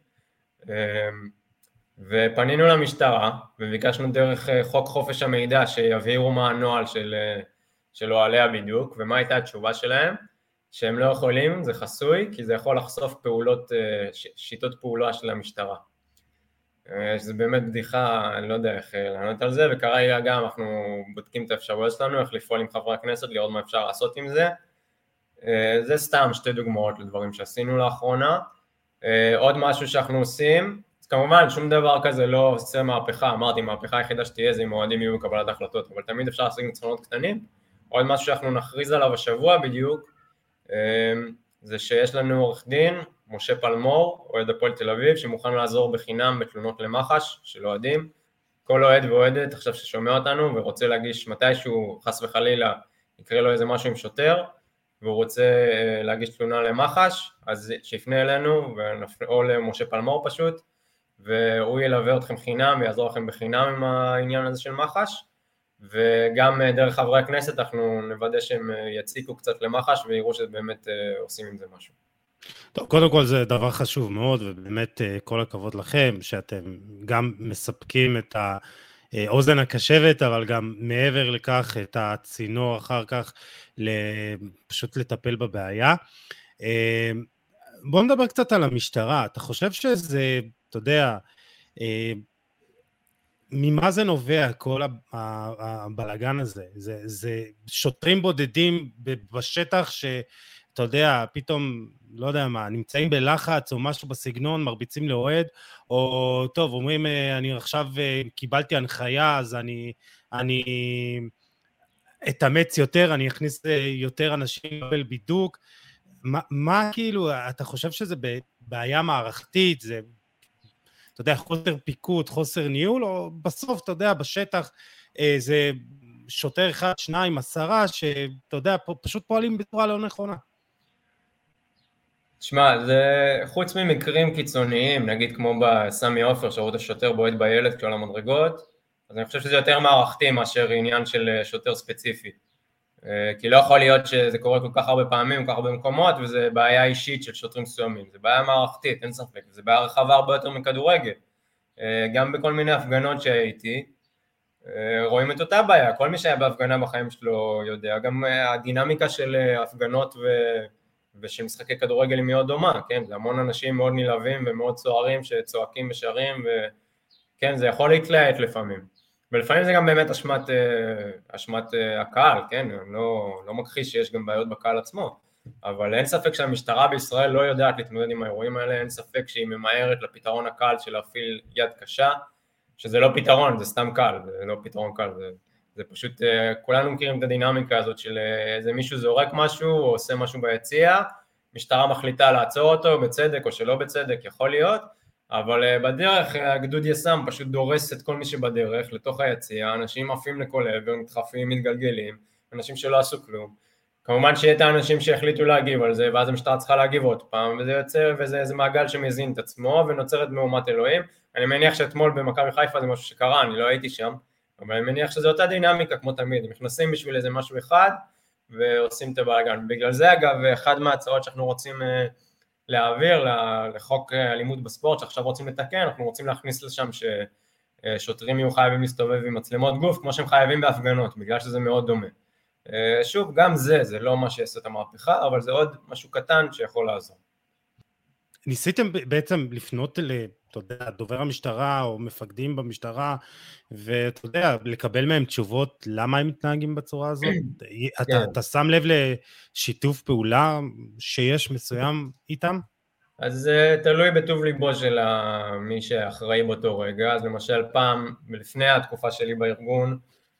ופנינו למשטרה, וביקשנו דרך חוק חופש המידע, שיבהירו מה הנוהל של אוהלי הבידוק, ומה הייתה התשובה שלהם, שהם לא יכולים, זה חסוי, כי זה יכול לחשוף שיטות פעולה של המשטרה. שזה באמת בדיחה, אני לא יודע איך לענות על זה, וכרגע גם אנחנו בודקים את האפשרויות שלנו, איך לפעול עם חברי הכנסת, לראות מה אפשר לעשות עם זה. זה סתם 2 דוגמאות לדברים שעשינו לאחרונה. עוד משהו שאנחנו עושים, אז כמובן שום דבר כזה לא עושה מהפכה, אמרתי, מהפכה היחידה שתהיה זה אם אוהדים יהיו בקבלת החלטות, אבל תמיד אפשר להשיג ניצחונות קטנים. עוד משהו שאנחנו נכריז עליו השבוע בדיוק, זה שיש לנו עורך דין, משה פלמור, אוהד הפועל תל אביב, שמוכן לעזור בחינם בתלונות למח"ש של אוהדים. כל אוהד ואוהדת עכשיו ששומע אותנו ורוצה להגיש מתישהו, חס וחלילה, יקרה לו איזה משהו עם שוטר, והוא רוצה להגיש תלונה למח"ש, אז שיפנה אלינו, או למשה פלמור פשוט, והוא ילווה אתכם חינם, ויעזור לכם בחינם עם העניין הזה של מח"ש, וגם דרך חברי הכנסת אנחנו נוודא שהם יציקו קצת למח"ש, ויראו שבאמת עושים עם זה משהו. טוב, קודם כל זה דבר חשוב מאוד, ובאמת כל הכבוד לכם, שאתם גם מספקים את האוזן הקשבת, אבל גם מעבר לכך את הצינור אחר כך, פשוט לטפל בבעיה. בואו נדבר קצת על המשטרה, אתה חושב שזה, אתה יודע, ממה זה נובע כל הבלגן הזה? זה שוטרים בודדים בשטח שאתה יודע, פתאום, לא יודע מה, נמצאים בלחץ או משהו בסגנון, מרביצים לאוהד, או טוב, אומרים, אני עכשיו קיבלתי הנחיה, אז אני אתאמץ יותר, אני אכניס יותר אנשים בידוק, מה כאילו, אתה חושב שזה בעיה מערכתית, זה, אתה יודע, חוסר פיקוד, חוסר ניהול, או בסוף, אתה יודע, בשטח, זה שוטר אחד, שניים, 10, שאתה יודע, פשוט פועלים בצורה לא נכונה. תשמע, זה חוץ ממקרים קיצוניים, נגיד כמו בסמי עופר, שראו השוטר בועט בילד כשעל המדרגות, אז אני חושב שזה יותר מערכתי מאשר עניין של שוטר ספציפי. כי לא יכול להיות שזה קורה כל כך הרבה פעמים, כל כך הרבה מקומות, וזה בעיה אישית של שוטרים מסוימים. זה בעיה מערכתית, אין ספק, זה בעיה רחבה הרבה יותר מכדורגל. גם בכל מיני הפגנות שהייתי, רואים את אותה בעיה, כל מי שהיה בהפגנה בחיים שלו יודע, גם הדינמיקה של הפגנות ושל משחקי כדורגל היא מאוד דומה, כן? זה המון אנשים מאוד נלהבים ומאוד צוערים שצועקים ושרים, וכן, זה יכול להתלהט לפעמים. ולפעמים זה גם באמת אשמת הקהל, כן? אני לא מכחיש שיש גם בעיות בקהל עצמו, אבל אין ספק שהמשטרה בישראל לא יודעת להתמודד עם האירועים האלה, אין ספק שהיא ממהרת לפתרון הקל של להפעיל יד קשה, שזה לא פתרון, זה סתם קל, זה לא פתרון קל, זה פשוט, כולנו מכירים את הדינמיקה הזאת של איזה מישהו זורק משהו או עושה משהו ביציע, משטרה מחליטה לעצור אותו בצדק או שלא בצדק, יכול להיות, אבל בדרך הגדוד יס"מ פשוט דורס את כל מי שבדרך לתוך היציע, אנשים עפים לכל עבר, מתחפים, מתגלגלים, אנשים שלא עשו כלום, כמובן שיהיה את האנשים שהחליטו להגיב על זה, ואז המשטרה צריכה להגיב עוד פעם, וזה יוצר, וזה מעגל שמזין את עצמו, ונוצרת מהומת אלוהים. אני מניח שאתמול במכבי חיפה זה משהו שקרה, אני לא הייתי שם, אבל אני מניח שזו אותה דינמיקה כמו תמיד, הם נכנסים בשביל איזה משהו אחד, ועושים את הבלגן. בגלל זה אגב, אחד מההצעות שאנחנו רוצים להעביר לחוק אלימות בספורט, שעכשיו רוצים לתקן, אנחנו רוצים להכניס לשם ששוטרים יהיו חייבים להסתובב עם מצלמות גוף, כמו שהם חייבים בהפגנות, בגלל שזה מאוד דומה. שוב, גם זה לא מה שיעשה את המהפכה, אבל זה עוד משהו קטן שיכול לעזור. ניסיתם בעצם לפנות אתה יודע, דובר המשטרה או מפקדים במשטרה, ואתה יודע, לקבל מהם תשובות למה הם מתנהגים בצורה הזאת? אתה שם לב לשיתוף פעולה שיש מסוים איתם? אז זה תלוי בטוב ליבו של מי שאחראי באותו רגע, אז למשל פעם, לפני התקופה שלי בארגון,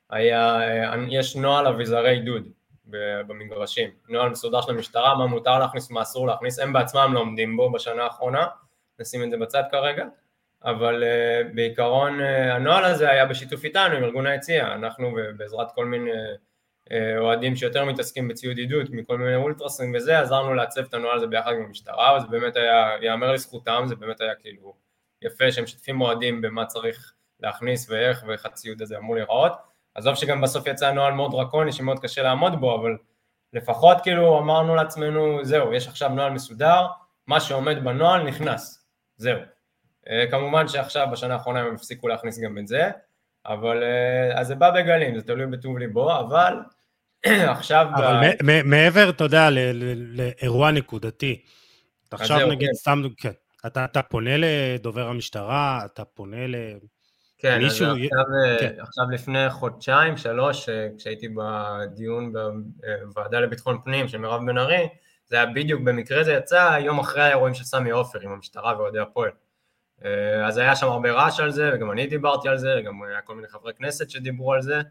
יש נוהל אביזרי דוד במגרשים, נוהל מסודר של המשטרה, מה מותר להכניס, מה אסור להכניס, הם בעצמם לא עומדים בו בשנה האחרונה, נשים את זה בצד כרגע, אבל בעיקרון הנוהל הזה היה בשיתוף איתנו, עם ארגון היציע, אנחנו בעזרת כל מיני אוהדים שיותר מתעסקים בציוד עידוד, מכל מיני אולטרסים וזה, עזרנו לעצב את הנוהל הזה ביחד עם המשטרה, וזה באמת היה, יאמר לזכותם, זה באמת היה כאילו יפה שהם משתפים אוהדים במה צריך להכניס ואיך הציוד הזה אמור להיראות, עזוב שגם בסוף יצא נוהל מאוד דרקוני שמאוד קשה לעמוד בו, אבל לפחות כאילו אמרנו לעצמנו, זהו, יש עכשיו נוהל מסודר, מה שעומד בנוהל נכנס, זהו. כמובן שעכשיו בשנה האחרונה הם הפסיקו להכניס גם את זה, אבל אז זה בא בגלים, זה תלוי בטוב ליבו, אבל עכשיו... אבל מעבר, אתה יודע, לאירוע נקודתי, עכשיו נגיד סתם, כן, אתה פונה לדובר המשטרה, אתה פונה כן, אז עכשיו לפני חודשיים, 3, כשהייתי בדיון בוועדה לביטחון פנים של מירב בן ארי, זה היה בדיוק, במקרה זה יצא יום אחרי האירועים של סמי עופר עם המשטרה ואוהדי הפועל. אז היה שם הרבה רעש על זה, וגם אני דיברתי על זה, וגם היה כל מיני חברי כנסת שדיברו על זה,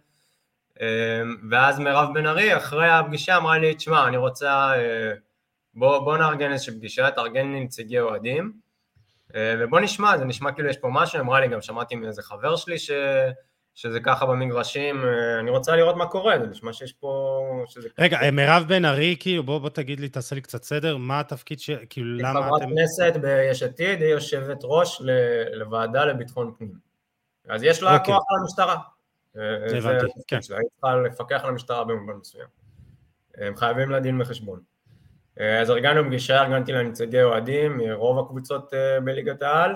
ואז מירב בן ארי אחרי הפגישה אמרה לי, תשמע, אני רוצה, בוא נארגן איזושהי פגישה, תארגן לי נציגי אוהדים, ובוא נשמע, זה נשמע כאילו יש פה משהו, אמרה לי, גם שמעתי מאיזה חבר שלי שזה ככה במגרשים, אני רוצה לראות מה קורה, זה נשמע שיש פה... רגע, מירב בן ארי, כאילו, בוא תגיד לי, תעשה לי קצת סדר, מה התפקיד כאילו, למה אתם... חברת כנסת ביש עתיד, היא יושבת ראש לוועדה לביטחון פנים. אז יש לה כוח על המשטרה. זה הבנתי, כן. היא צריכה לפקח על המשטרה במובן מסוים. הם חייבים לה דין וחשבון. אז ארגנו פגישה, ארגנתי לנציגי אוהדים, מרוב הקבוצות בליגת העל,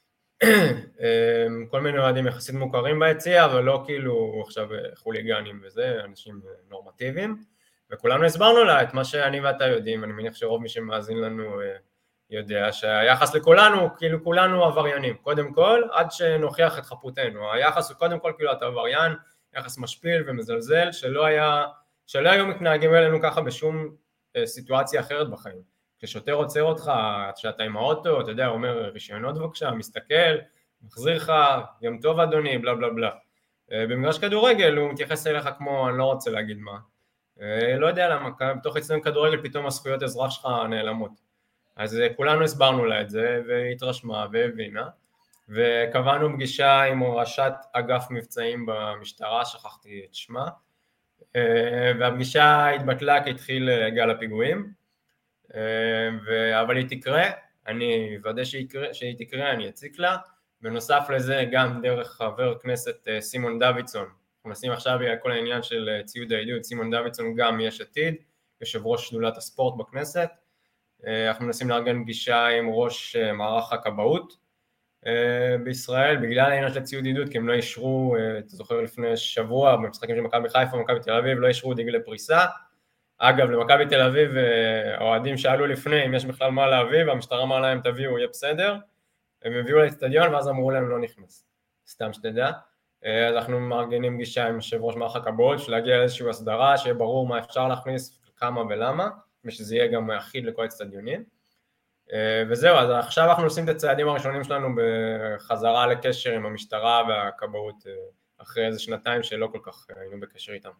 כל מיני אוהדים יחסית מוכרים ביציע, אבל לא כאילו עכשיו חוליגנים וזה, אנשים נורמטיביים, וכולנו הסברנו לה את מה שאני ואתה יודעים, אני מניח שרוב מי שמאזין לנו יודע שהיחס לכולנו, כאילו כולנו עבריינים, קודם כל, עד שנוכיח את חפותנו, היחס הוא קודם כל כאילו אתה עבריין, יחס משפיל ומזלזל, שלא היו מתנהגים אלינו ככה בשום סיטואציה אחרת בחיים. כששוטר עוצר אותך, שאתה עם האוטו, אתה יודע, אומר רישיונות בבקשה, מסתכל, מחזיר לך, יום טוב אדוני, בלה בלה בלה. במגרש כדורגל הוא מתייחס אליך כמו, אני לא רוצה להגיד מה, לא יודע למה, בתוך אצטדיון כדורגל פתאום הזכויות אזרח שלך נעלמות. אז כולנו הסברנו לה את זה, והיא התרשמה והבינה, וקבענו פגישה עם ראשת אגף מבצעים במשטרה, שכחתי את שמה, והפגישה התבטלה כי התחיל גל הפיגועים, אבל היא תקרה, אני אוודא שהיא תקרה, אני אציק לה, בנוסף לזה גם דרך חבר כנסת סימון דוידסון, אנחנו נשים עכשיו כל העניין של ציוד העידוד, סימון דוידסון גם יש עתיד, יושב ראש שדולת הספורט בכנסת, אנחנו מנסים לארגן פגישה עם ראש מערך הכבאות בישראל, בגלל העניין של ציוד עידוד, כי הם לא אישרו, אתה זוכר לפני שבוע, במשחקים של מכבי חיפה ומכבי תל אביב, לא אישרו דגלי פריסה, אגב למכבי תל אביב, האוהדים שאלו לפני אם יש בכלל מה להביא, והמשטרה אמרה להם תביאו, יהיה בסדר, הם הביאו לאצטדיון ואז אמרו להם לא נכנס, סתם שתדע, אז אנחנו מארגנים פגישה עם יושב ראש מערך הכבאות, שלהגיע לאיזושהי הסדרה, שיהיה ברור מה אפשר להכניס, כמה ולמה, ושזה יהיה גם אחיד לכל האצטדיונים, וזהו, אז עכשיו אנחנו עושים את הצעדים הראשונים שלנו בחזרה לקשר עם המשטרה והכבאות, אחרי איזה שנתיים שלא כל כך היינו בקשר איתם.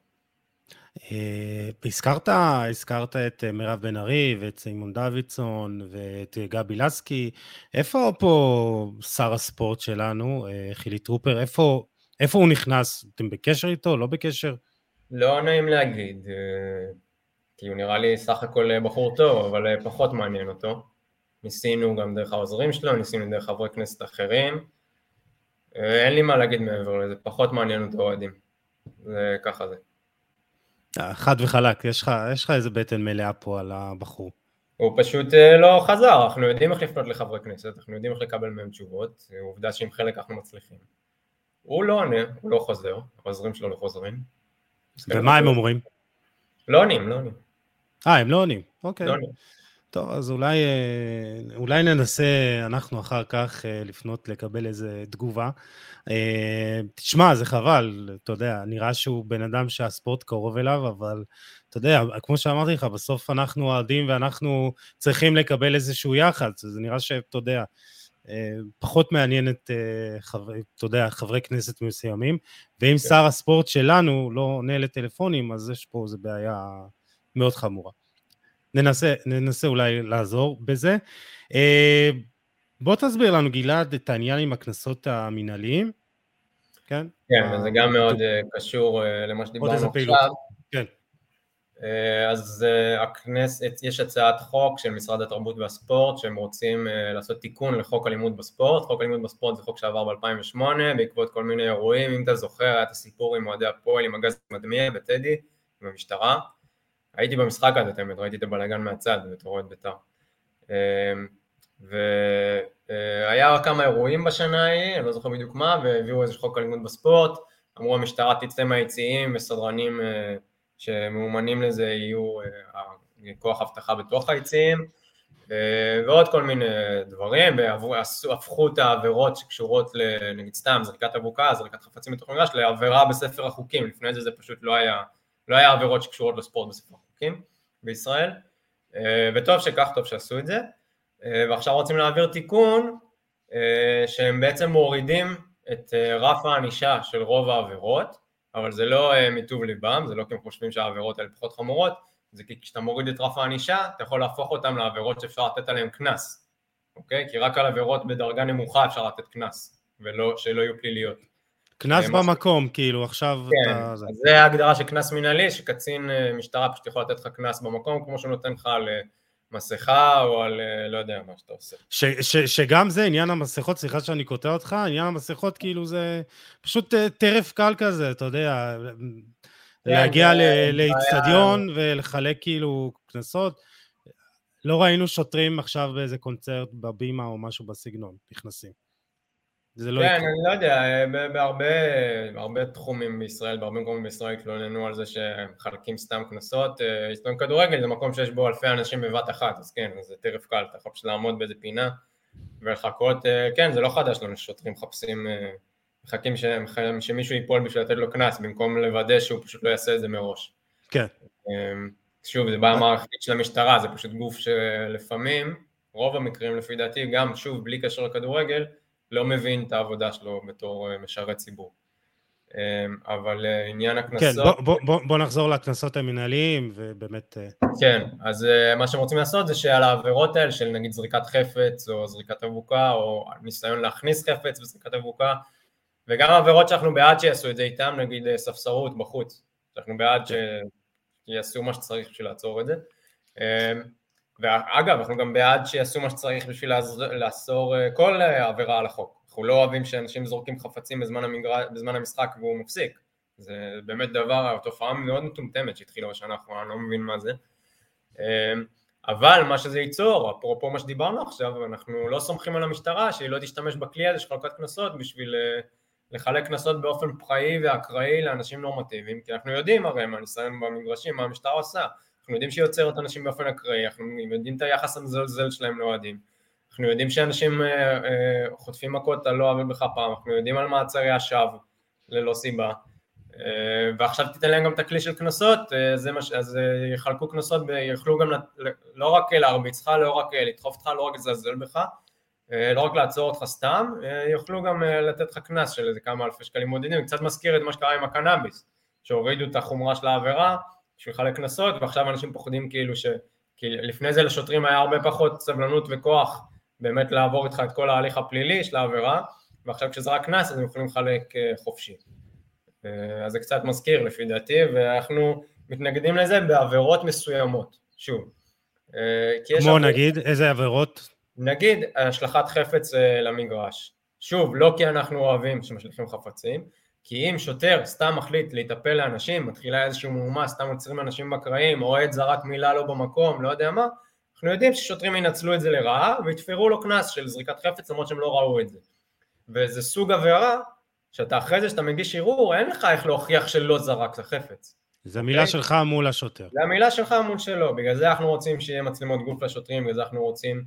הזכרת את מירב בן ארי ואת סימון דוידסון ואת גבי לסקי, איפה פה שר הספורט שלנו, חילי טרופר, איפה הוא נכנס? אתם בקשר איתו, לא בקשר? לא נעים להגיד, כי הוא נראה לי סך הכל בחור טוב, אבל פחות מעניין אותו. ניסינו גם דרך העוזרים שלו, ניסינו דרך חברי כנסת אחרים, אין לי מה להגיד מעבר לזה, פחות מעניין אותו אוהדים, זה ככה זה. חד וחלק, יש לך איזה בטן מלאה פה על הבחור. הוא פשוט לא חזר, אנחנו יודעים איך לפנות לחברי כנסת, אנחנו יודעים איך לקבל מהם תשובות, עובדה שעם חלק אנחנו מצליחים. הוא לא עונה, הוא לא חוזר, העוזרים שלו לא חוזרים. ומה הם אומרים? לא עונים, לא עונים. הם לא עונים, אוקיי. לא עונים. טוב, אז אולי ננסה אנחנו אחר כך לפנות לקבל איזה תגובה. תשמע, זה חבל, אתה יודע, נראה שהוא בן אדם שהספורט קרוב אליו, אבל אתה יודע, כמו שאמרתי לך, בסוף אנחנו אוהדים ואנחנו צריכים לקבל איזשהו יחס, אז נראה שאתה יודע, פחות מעניין את, אתה יודע, חברי כנסת מסוימים, ואם שר הספורט שלנו לא עונה לטלפונים, אז יש פה איזו בעיה מאוד חמורה. ננסה אולי לעזור בזה. בוא תסביר לנו, גלעד, את העניין עם הכנסות המנהליים. כן? כן, זה גם מאוד קשור למה שדיברנו עכשיו. כן. אז יש הצעת חוק של משרד התרבות והספורט, שהם רוצים לעשות תיקון לחוק הלימוד בספורט. חוק הלימוד בספורט זה חוק שעבר ב-2008, בעקבות כל מיני אירועים, אם אתה זוכר, היה את הסיפור עם אוהדי הפועל, עם הגז מדמיע בטדי, עם המשטרה. הייתי במשחק הזה, ראיתי את הבלגן מהצד, בתור אוהד בית"ר. והיה כמה אירועים בשנה ההיא, אני לא זוכר בדיוק מה, והביאו איזה חוק הלימוד בספורט, אמרו המשטרה תצא מהיציעים, וסדרנים שמאומנים לזה יהיו כוח הבטחה בתוך היציעים, ועוד כל מיני דברים, והפכו את העבירות שקשורות נגיד סתם, זריקת אבוקה, זריקת חפצים בתוך מגרש, לעבירה בספר החוקים, לפני זה פשוט לא היה עבירות שקשורות לספורט בספר החוקים בישראל, וטוב שכך, טוב שעשו את זה, ועכשיו רוצים להעביר תיקון, שהם בעצם מורידים את רף הענישה של רוב העבירות, אבל זה לא מטוב ליבם, זה לא כי הם חושבים שהעבירות האלה פחות חמורות, זה כי כשאתה מוריד את רף הענישה, אתה יכול להפוך אותם לעבירות שאפשר לתת עליהן קנס, אוקיי? כי רק על עבירות בדרגה נמוכה אפשר לתת קנס, שלא יהיו פליליות. קנס במקום, כאילו, עכשיו כן, אז זה ההגדרה של קנס מנהלי, שקצין משטרה פשוט יכול לתת לך קנס במקום, כמו שהוא נותן לך על מסכה או על לא יודע מה שאתה עושה. שגם זה עניין המסכות, סליחה שאני קוטע אותך, עניין המסכות כאילו זה פשוט טרף קל כזה, אתה יודע, להגיע לאצטדיון ולחלק כאילו קנסות. לא ראינו שוטרים עכשיו באיזה קונצרט בבימה או משהו בסגנון, נכנסים. כן, אני לא יודע, בהרבה תחומים בישראל, בהרבה מקומות בישראל התלוננו על זה שמחלקים סתם קנסות, אצטדיון כדורגל זה מקום שיש בו אלפי אנשים בבת אחת, אז כן, זה טרף קל, אתה יכול פשוט לעמוד באיזה פינה ולחכות, כן, זה לא חדש לנו, שוטרים מחכים שמישהו ייפול בשביל לתת לו קנס, במקום לוודא שהוא פשוט לא יעשה את זה מראש. כן. שוב, זה בא מערכתית של המשטרה, זה פשוט גוף שלפעמים, רוב המקרים לפי דעתי, גם שוב, בלי קשר לכדורגל, לא מבין את העבודה שלו בתור משרת ציבור. אבל עניין כן, הקנסות... בוא נחזור לקנסות המנהליים, ובאמת... כן, אז מה שהם רוצים לעשות זה שעל העבירות האלה של נגיד זריקת חפץ או זריקת אבוקה או ניסיון להכניס חפץ וזריקת אבוקה, וגם העבירות שאנחנו בעד שיעשו את זה איתם, נגיד ספסרות בחוץ, שאנחנו בעד שיעשו מה שצריך בשביל לעצור את זה. ואגב, אנחנו גם בעד שיעשו מה שצריך בשביל לאסור כל עבירה על החוק. אנחנו לא אוהבים שאנשים זורקים חפצים בזמן המשחק והוא מפסיק. זה באמת דבר, תופעה מאוד מטומטמת שהתחילה בשנה האחרונה, אני לא מבין מה זה. אבל מה שזה ייצור, אפרופו מה שדיברנו עכשיו, אנחנו לא סומכים על המשטרה שהיא לא תשתמש בכלי הזה של חלוקת קנסות בשביל לחלק קנסות באופן פראי ואקראי לאנשים נורמטיביים, כי אנחנו יודעים הרי מה ניסיון במגרשים, מה המשטרה עושה, אנחנו יודעים שהיא יוצרת אנשים באופן אקראי, אנחנו יודעים את היחס המזלזל שלהם לאוהדים, אנחנו יודעים שאנשים חוטפים מכות על לא עוול בכפם, אנחנו יודעים על מעצרי השווא ללא סיבה, ועכשיו תיתן להם גם את הכלי של קנסות, אז יחלקו קנסות, ויוכלו גם לא רק להרביץ לך, לא רק לדחוף אותך, לא רק לזלזל בך, לא רק לעצור אותך סתם, יוכלו גם לתת לך קנס של איזה כמה אלפי שקלים מודדים, קצת מזכיר את מה שקרה עם הקנאביס, שהורידו את החומרה של העבירה, בשביל לחלק קנסות, ועכשיו אנשים פוחדים כאילו כי לפני זה לשוטרים היה הרבה פחות סבלנות וכוח, באמת לעבור איתך את כל ההליך הפלילי של העבירה, ועכשיו כשזה רק קנס אז הם יכולים לחלק חופשי. אז זה קצת מזכיר לפי דעתי, ואנחנו מתנגדים לזה בעבירות מסוימות, שוב. כמו נגיד, איזה עבירות? נגיד, השלכת חפץ למגרש. שוב, לא כי אנחנו אוהבים שמשליכים חפצים, כי אם שוטר סתם מחליט להיטפל לאנשים, מתחילה איזשהו מהומה, סתם עוצרים אנשים בקראים, אוהד זרק מילה לא במקום, לא יודע מה, אנחנו יודעים ששוטרים ינצלו את זה לרעה, ויתפרו לו קנס של זריקת חפץ, למרות שהם לא ראו את זה. וזה סוג עבירה, שאתה אחרי זה שאתה מגיש ערעור, אין לך איך להוכיח שלא זרק לחפץ. זה מילה שלך מול השוטר. זה המילה שלך מול שלו, בגלל זה אנחנו רוצים שיהיה מצלמות גוף לשוטרים, בגלל זה אנחנו רוצים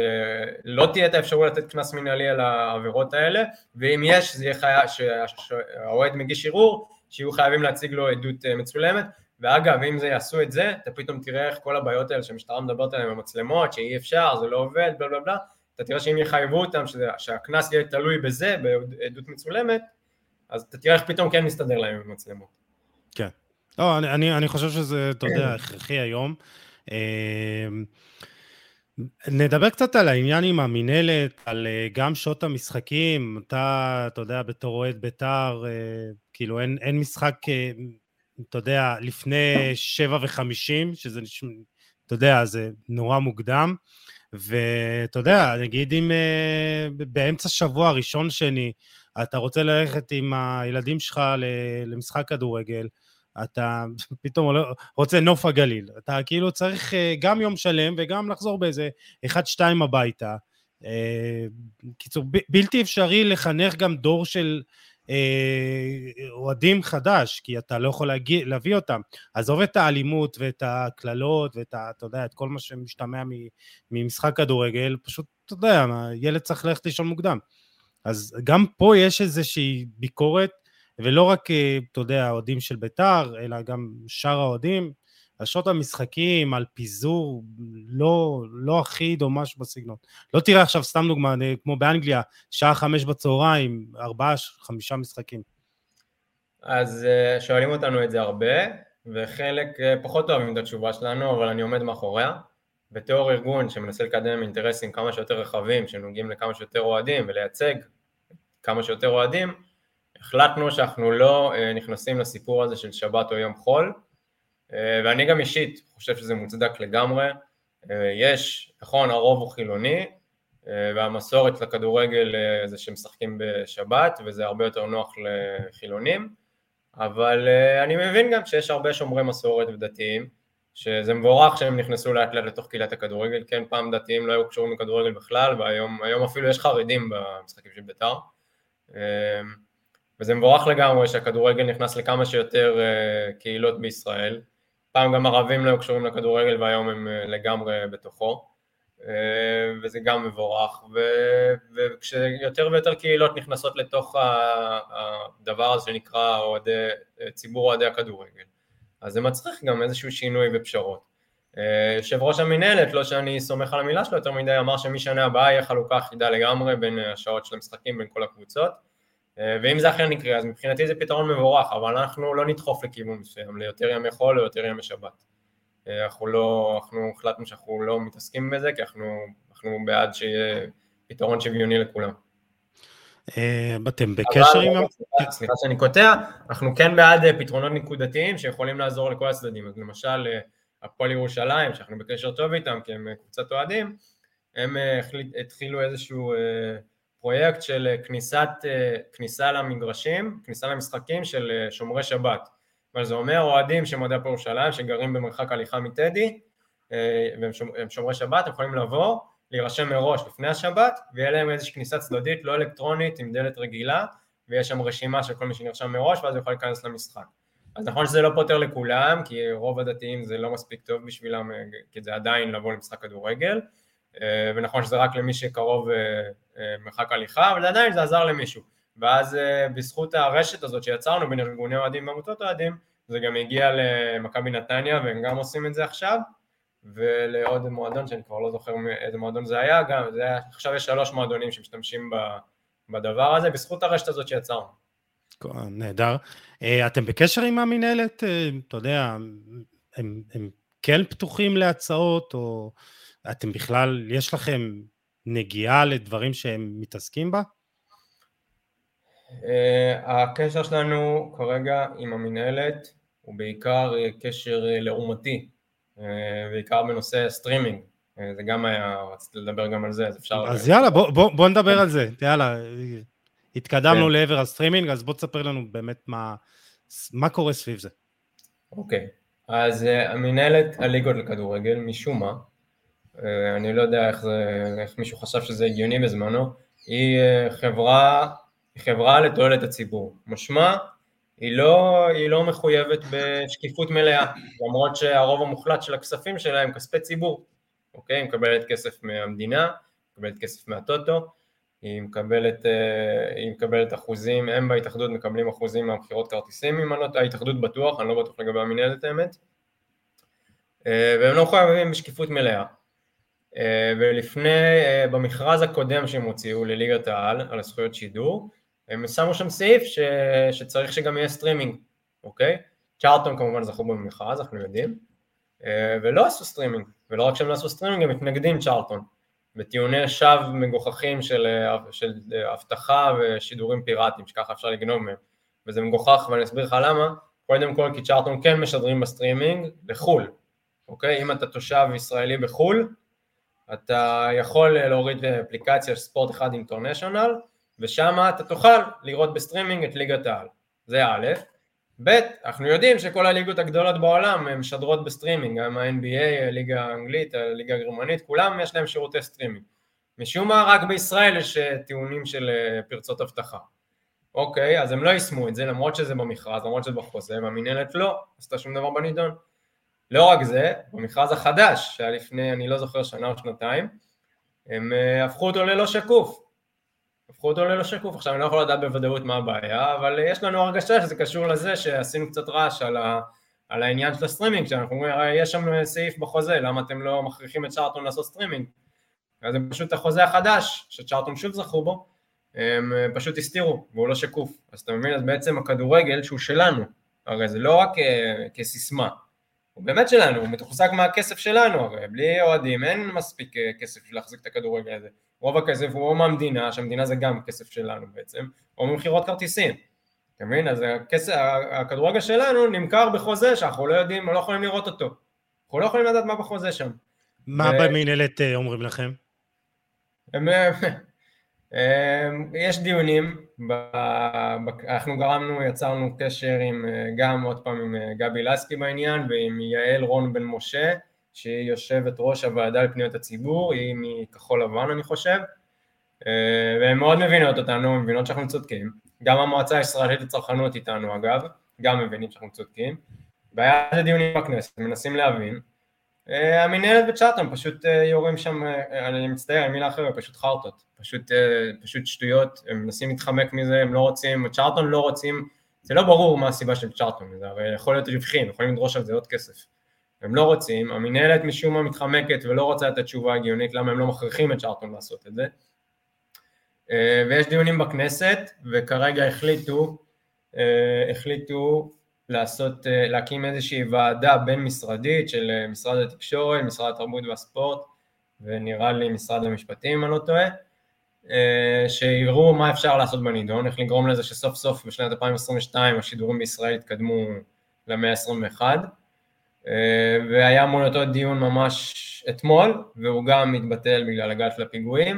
שלא תהיה את האפשרות לתת קנס מנהלי על העבירות האלה, ואם יש, זה יהיה חייב, שהאוהד מגיש ערעור, שיהיו חייבים להציג לו עדות מצולמת, ואגב, אם זה יעשו את זה, אתה פתאום תראה איך כל הבעיות האלה שהמשטרה מדברת עליהן במצלמות, שאי אפשר, זה לא עובד, בלה בלה בלה, אתה תראה שאם יחייבו אותם, שהקנס יהיה תלוי בזה, בעדות מצולמת, אז אתה תראה איך פתאום כן מסתדר להם במצלמות. כן. לא, אני חושב שזה, אתה יודע, הכרחי היום. נדבר קצת על העניין עם המנהלת, על גם שעות המשחקים, אתה יודע, בתור אוהד בית"ר, כאילו אין משחק, אתה יודע, לפני 7:50, שזה, אתה יודע, זה נורא מוקדם, ואתה יודע, נגיד אם באמצע שבוע ראשון שני, אתה רוצה ללכת עם הילדים שלך למשחק כדורגל, אתה פתאום רוצה נוף הגליל, אתה כאילו צריך גם יום שלם וגם לחזור באיזה 1-2 הביתה, קיצור בלתי אפשרי לחנך גם דור של אוהדים חדש, כי אתה לא יכול להביא אותם, עזוב את האלימות ואת הכללות ואת, אתה יודע, את כל מה שמשתמע ממשחק כדורגל, פשוט, אתה יודע, ילד צריך ללכת לישון מוקדם, אז גם פה יש איזושהי ביקורת, ולא רק, אתה יודע, האוהדים של בית"ר, אלא גם שאר האוהדים, על שעות המשחקים, על פיזור, לא אחיד או משהו בסגנון. לא תראה עכשיו סתם דוגמה, כמו באנגליה, שעה 5 בצהריים, 4-5 משחקים. אז שואלים אותנו את זה הרבה, וחלק פחות אוהבים את התשובה שלנו, אבל אני עומד מאחוריה. בתיאור ארגון שמנסה לקדם אינטרסים כמה שיותר רחבים, שנוגעים לכמה שיותר אוהדים, ולייצג כמה שיותר אוהדים, החלטנו שאנחנו לא נכנסים לסיפור הזה של שבת או יום חול, ואני גם אישית חושב שזה מוצדק לגמרי. יש, נכון, הרוב הוא חילוני, והמסורת לכדורגל זה שמשחקים בשבת, וזה הרבה יותר נוח לחילונים, אבל אני מבין גם שיש הרבה שומרי מסורת ודתיים, שזה מבורך שהם נכנסו לאט לאט לתוך קהילת הכדורגל, כן, פעם דתיים לא היו קשורים לכדורגל בכלל, והיום אפילו יש חרדים במשחקים של בית"ר, וזה מבורך לגמרי שהכדורגל נכנס לכמה שיותר קהילות בישראל, פעם גם ערבים לא היו קשורים לכדורגל והיום הם לגמרי בתוכו, וזה גם מבורך, וכשיותר ויותר קהילות נכנסות לתוך הדבר הזה שנקרא ציבור אוהדי הכדורגל, אז זה מצריך גם איזשהו שינוי ופשרות. יושב ראש המנהלת, לא שאני סומך על המילה שלו יותר מדי, אמר שמשנה הבאה יהיה חלוקה אחידה לגמרי בין השעות של המשחקים בין כל הקבוצות, ואם זה אכן יקרה, אז מבחינתי זה פתרון מבורך, אבל אנחנו לא נדחוף לכיוון מסוים, ליותר ימי חול או יותר ימי שבת. אנחנו החלטנו שאנחנו לא מתעסקים בזה, כי אנחנו בעד שיהיה פתרון שוויוני לכולם. אתם בקשר עם... סליחה שאני קוטע, אנחנו כן בעד פתרונות נקודתיים שיכולים לעזור לכל הצדדים, אז למשל הפועל ירושלים, שאנחנו בקשר טוב איתם, כי הם קבוצת אוהדים, הם התחילו איזשהו פרויקט של כניסה למגרשים, כניסה למשחקים של שומרי שבת. אבל זה אומר אוהדים של מועדי הפועל ירושלים, שגרים במרחק הליכה מטדי, והם שומרי שבת, הם יכולים לבוא, להירשם מראש לפני השבת, ויהיה להם איזושהי כניסה צדדית, לא אלקטרונית, עם דלת רגילה, ויש שם רשימה של כל מי שנרשם מראש, ואז הוא יכול להיכנס למשחק. אז נכון שזה לא פותר לכולם, כי רוב הדתיים זה לא מספיק טוב בשבילם, כי זה עדיין לבוא למשחק כדורגל, ונכון שזה רק למי שקרוב מרחק הליכה, אבל עדיין זה עזר למישהו. ואז בזכות הרשת הזאת שיצרנו בין ארגוני אוהדים ועמותות אוהדים, זה גם הגיע למכבי נתניה, והם גם עושים את זה עכשיו, ולעוד מועדון שאני כבר לא זוכר איזה מועדון זה היה, גם זה היה, עכשיו יש 3 מועדונים שמשתמשים בדבר הזה, בזכות הרשת הזאת שיצרנו. נהדר. אתם בקשר עם המנהלת, אתה יודע, הם כן פתוחים להצעות, או אתם בכלל, יש לכם נגיעה לדברים שהם מתעסקים בה? הקשר שלנו כרגע עם המנהלת הוא בעיקר קשר לעומתי, בעיקר בנושא סטרימינג, זה גם היה, רציתי לדבר גם על זה, אז אפשר... אז יאללה, בוא נדבר על זה, יאללה, התקדמנו לעבר הסטרימינג, אז בוא תספר לנו באמת מה קורה סביב זה. אוקיי, אז המנהלת הליגות לכדורגל, משום מה, אני לא יודע איך מישהו חשב שזה הגיוני בזמנו, היא חברה לתועלת הציבור, משמע, היא לא מחויבת בשקיפות מלאה, למרות שהרוב המוחלט של הכספים שלה הם כספי ציבור, אוקיי? היא מקבלת כסף מהמדינה, מקבלת כסף מהטוטו, היא מקבלת אחוזים, הם בהתאחדות מקבלים אחוזים מהמחירות כרטיסים, ההתאחדות בטוח, אני לא בטוח לגבי המנהלת האמת, והם לא מחויבים בשקיפות מלאה. ולפני, במכרז הקודם שהם הוציאו לליגת העל, על הזכויות שידור, הם שמו שם סעיף שצריך שגם יהיה סטרימינג, אוקיי? צ'ארלטון כמובן זכו במכרז, אנחנו יודעים, ולא עשו סטרימינג, ולא רק שהם לא עשו סטרימינג, הם מתנגדים צ'ארלטון, בטיעוני שווא מגוחכים של הבטחה ושידורים פיראטיים, שככה אפשר לגנוב מהם, וזה מגוחך, ואני אסביר לך למה, קודם כל כי צ'ארלטון כן משדרים בסטרימינג לחול, אוקיי? אם אתה תושב ישראלי בחול, אתה יכול להוריד אפליקציה של ספורט 1 אינטרנשיונל, ושם אתה תוכל לראות בסטרימינג את ליגת העל. זה א', ב', אנחנו יודעים שכל הליגות הגדולות בעולם משדרות בסטרימינג, גם ה-NBA, הליגה האנגלית, הליגה הגרמנית, כולם יש להם שירותי סטרימינג. משום מה, רק בישראל יש טיעונים של פרצות הבטחה. אוקיי, אז הם לא יישמו את זה, למרות שזה במכרז, למרות שזה בחוזה, והמנהלת לא, עשתה שום דבר בנידון. לא רק זה, במכרז החדש, שהיה לפני, אני לא זוכר, שנה או שנתיים, הם הפכו אותו ללא שקוף. עכשיו אני לא יכול לדעת בוודאות מה הבעיה, אבל יש לנו הרגשה שזה קשור לזה שעשינו קצת רעש על העניין של הסטרימינג, שאנחנו אומרים, יש שם סעיף בחוזה, למה אתם לא מכריחים את צ'ארלטון לעשות סטרימינג? אז זה פשוט החוזה החדש, שצ'ארלטון שוב זכו בו, הם פשוט הסתירו, והוא לא שקוף. אז אתה מבין, אז בעצם הכדורגל שהוא שלנו, הרי זה לא רק כסיסמה, הוא באמת שלנו, הוא מתוחזק מהכסף שלנו, הרי בלי אוהדים אין מספיק כסף להחזיק את הכדורגל הזה. רוב הכסף הוא או מהמדינה, שהמדינה זה גם כסף שלנו בעצם, או ממחירות כרטיסים. אתה מבין? אז הכדורגל שלנו נמכר בחוזה שאנחנו לא יודעים, לא יכולים לראות אותו. אנחנו לא יכולים לדעת מה בחוזה שם. מה במנהלת אומרים לכם? יש דיונים, אנחנו יצרנו קשר עם, גם עוד פעם עם גבי לסקי בעניין, ועם יעל רון בן משה, שהיא יושבת ראש הוועדה לפניות הציבור, היא מכחול לבן אני חושב, והן מאוד מבינות אותנו, מבינות שאנחנו צודקים, גם המועצה הישראלית לצרכנות איתנו אגב, גם מבינים שאנחנו צודקים, והיה זה דיונים בכנסת, מנסים להבין, המנהלת בצ'ארלטון פשוט יורים שם, אני מצטער, מילה אחרת, פשוט חרטות, פשוט שטויות, הם מנסים להתחמק מזה, הם לא רוצים, צ'ארלטון לא רוצים, זה לא ברור מה הסיבה של צ'ארלטון, זה הרי יכול להיות רווחי, הם יכולים לדרוש על זה עוד כסף, הם לא רוצים, המנהלת משום מה מתחמקת ולא רוצה את התשובה הגיונית, למה הם לא מכריחים את צ'ארלטון לעשות את זה, ויש דיונים בכנסת, וכרגע החליטו להקים איזושהי ועדה בין משרדית של משרד התקשורת, משרד התרבות והספורט, ונראה לי משרד המשפטים, אני לא טועה, שיראו מה אפשר לעשות בנידון, איך לגרום לזה שסוף סוף בשנת 2022 השידורים בישראל התקדמו למאה ה-21, והיה אמור להיות עוד דיון ממש אתמול, והוא גם מתבטל בגלל הגל של הפיגועים,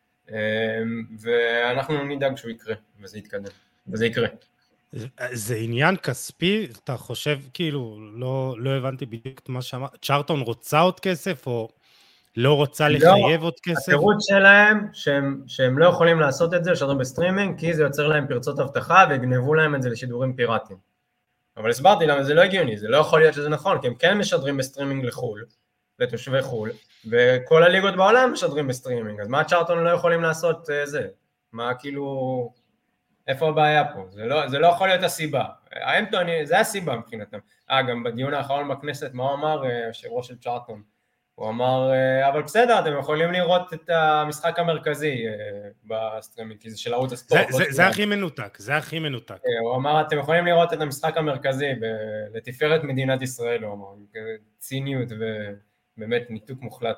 ואנחנו נדאג שהוא יקרה, וזה יתקדם, וזה יקרה. זה עניין כספי? אתה חושב, כאילו, לא הבנתי בדיוק מה שאמרת, צ'רלטון רוצה עוד כסף, או לא רוצה לחייב עוד כסף? התירוץ שלהם, שהם לא יכולים לעשות את זה, לשדר בסטרימינג, כי זה יוצר להם פרצות אבטחה, ויגנבו להם את זה לשידורים פיראטיים. אבל הסברתי למה זה לא הגיוני, זה לא יכול להיות שזה נכון, כי הם כן משדרים בסטרימינג לחול, לתושבי חול, וכל הליגות בעולם משדרים בסטרימינג, אז מה צ'רלטון לא יכולים לעשות זה? מה כאילו, איפה הבעיה פה? זה לא יכול להיות הסיבה. זה הסיבה מבחינתם. גם בדיון האחרון בכנסת, מה הוא אמר, יושב ראש של צ'רלטון? הוא אמר, אבל בסדר, אתם יכולים לראות את המשחק המרכזי בסטרימינג, כי זה של ערוץ הספורט. זה הכי מנותק, זה הכי מנותק. הוא אמר, אתם יכולים לראות את המשחק המרכזי לתפארת מדינת ישראל, הוא אמר, ציניות ובאמת ניתוק מוחלט.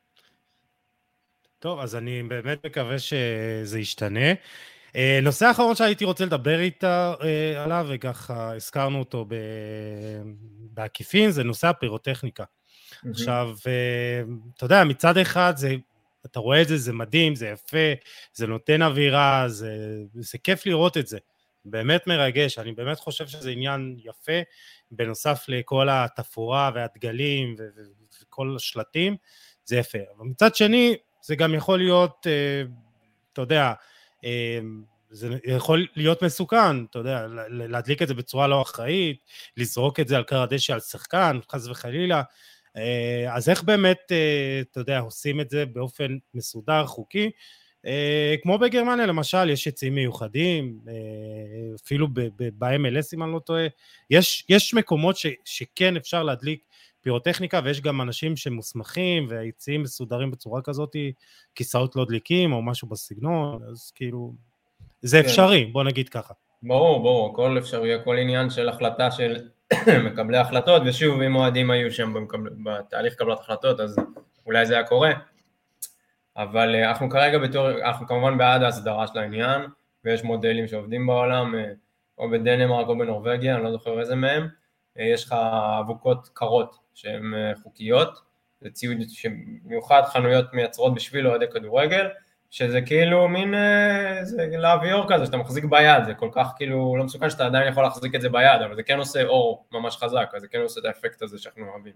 טוב, אז אני באמת מקווה שזה ישתנה. נושא האחרון שהייתי רוצה לדבר איתה עליו, וככה הזכרנו אותו בעקיפין, זה נושא הפירוטכניקה. עכשיו, אתה יודע, מצד אחד, אתה רואה את זה, זה מדהים, זה יפה, זה נותן אווירה, זה כיף לראות את זה, באמת מרגש, אני באמת חושב שזה עניין יפה, בנוסף לכל התפאורה והדגלים וכל השלטים, זה יפה. אבל מצד שני, זה גם יכול להיות, אתה יודע, זה יכול להיות מסוכן, אתה יודע, להדליק את זה בצורה לא אחראית, לזרוק את זה על קר הדשא על שחקן, חס וחלילה, אז איך באמת, אתה יודע, עושים את זה באופן מסודר, חוקי, כמו בגרמניה למשל, יש יציאים מיוחדים, אפילו ב-MLS אם אני לא טועה, יש מקומות שכן אפשר להדליק פירוטכניקה, ויש גם אנשים שמוסמכים, והיציאים מסודרים בצורה כזאת, כיסאות לא דליקים, או משהו בסגנון, אז כאילו, זה אפשרי, בוא נגיד ככה. ברור, הכל אפשרי, הכל עניין של החלטה של מקבלי החלטות, ושוב, אם מועדים היו שם בתהליך קבלת החלטות, אז אולי זה היה קורה, אבל אנחנו כרגע אנחנו כמובן בעד ההסדרה של העניין, ויש מודלים שעובדים בעולם, או בדנמרק או בנורווגיה, אני לא זוכר איזה מהם, יש לך אבוקות קרות שהן חוקיות, זה ציוד שמיוחד חנויות מייצרות בשביל אוהדי כדורגל, שזה כאילו מין, זה לאוויור כזה, שאתה מחזיק ביד, זה כל כך כאילו לא מסוכן שאתה עדיין יכול להחזיק את זה ביד, אבל זה כן עושה אור ממש חזק, אז זה כן עושה את האפקט הזה שאנחנו אוהבים.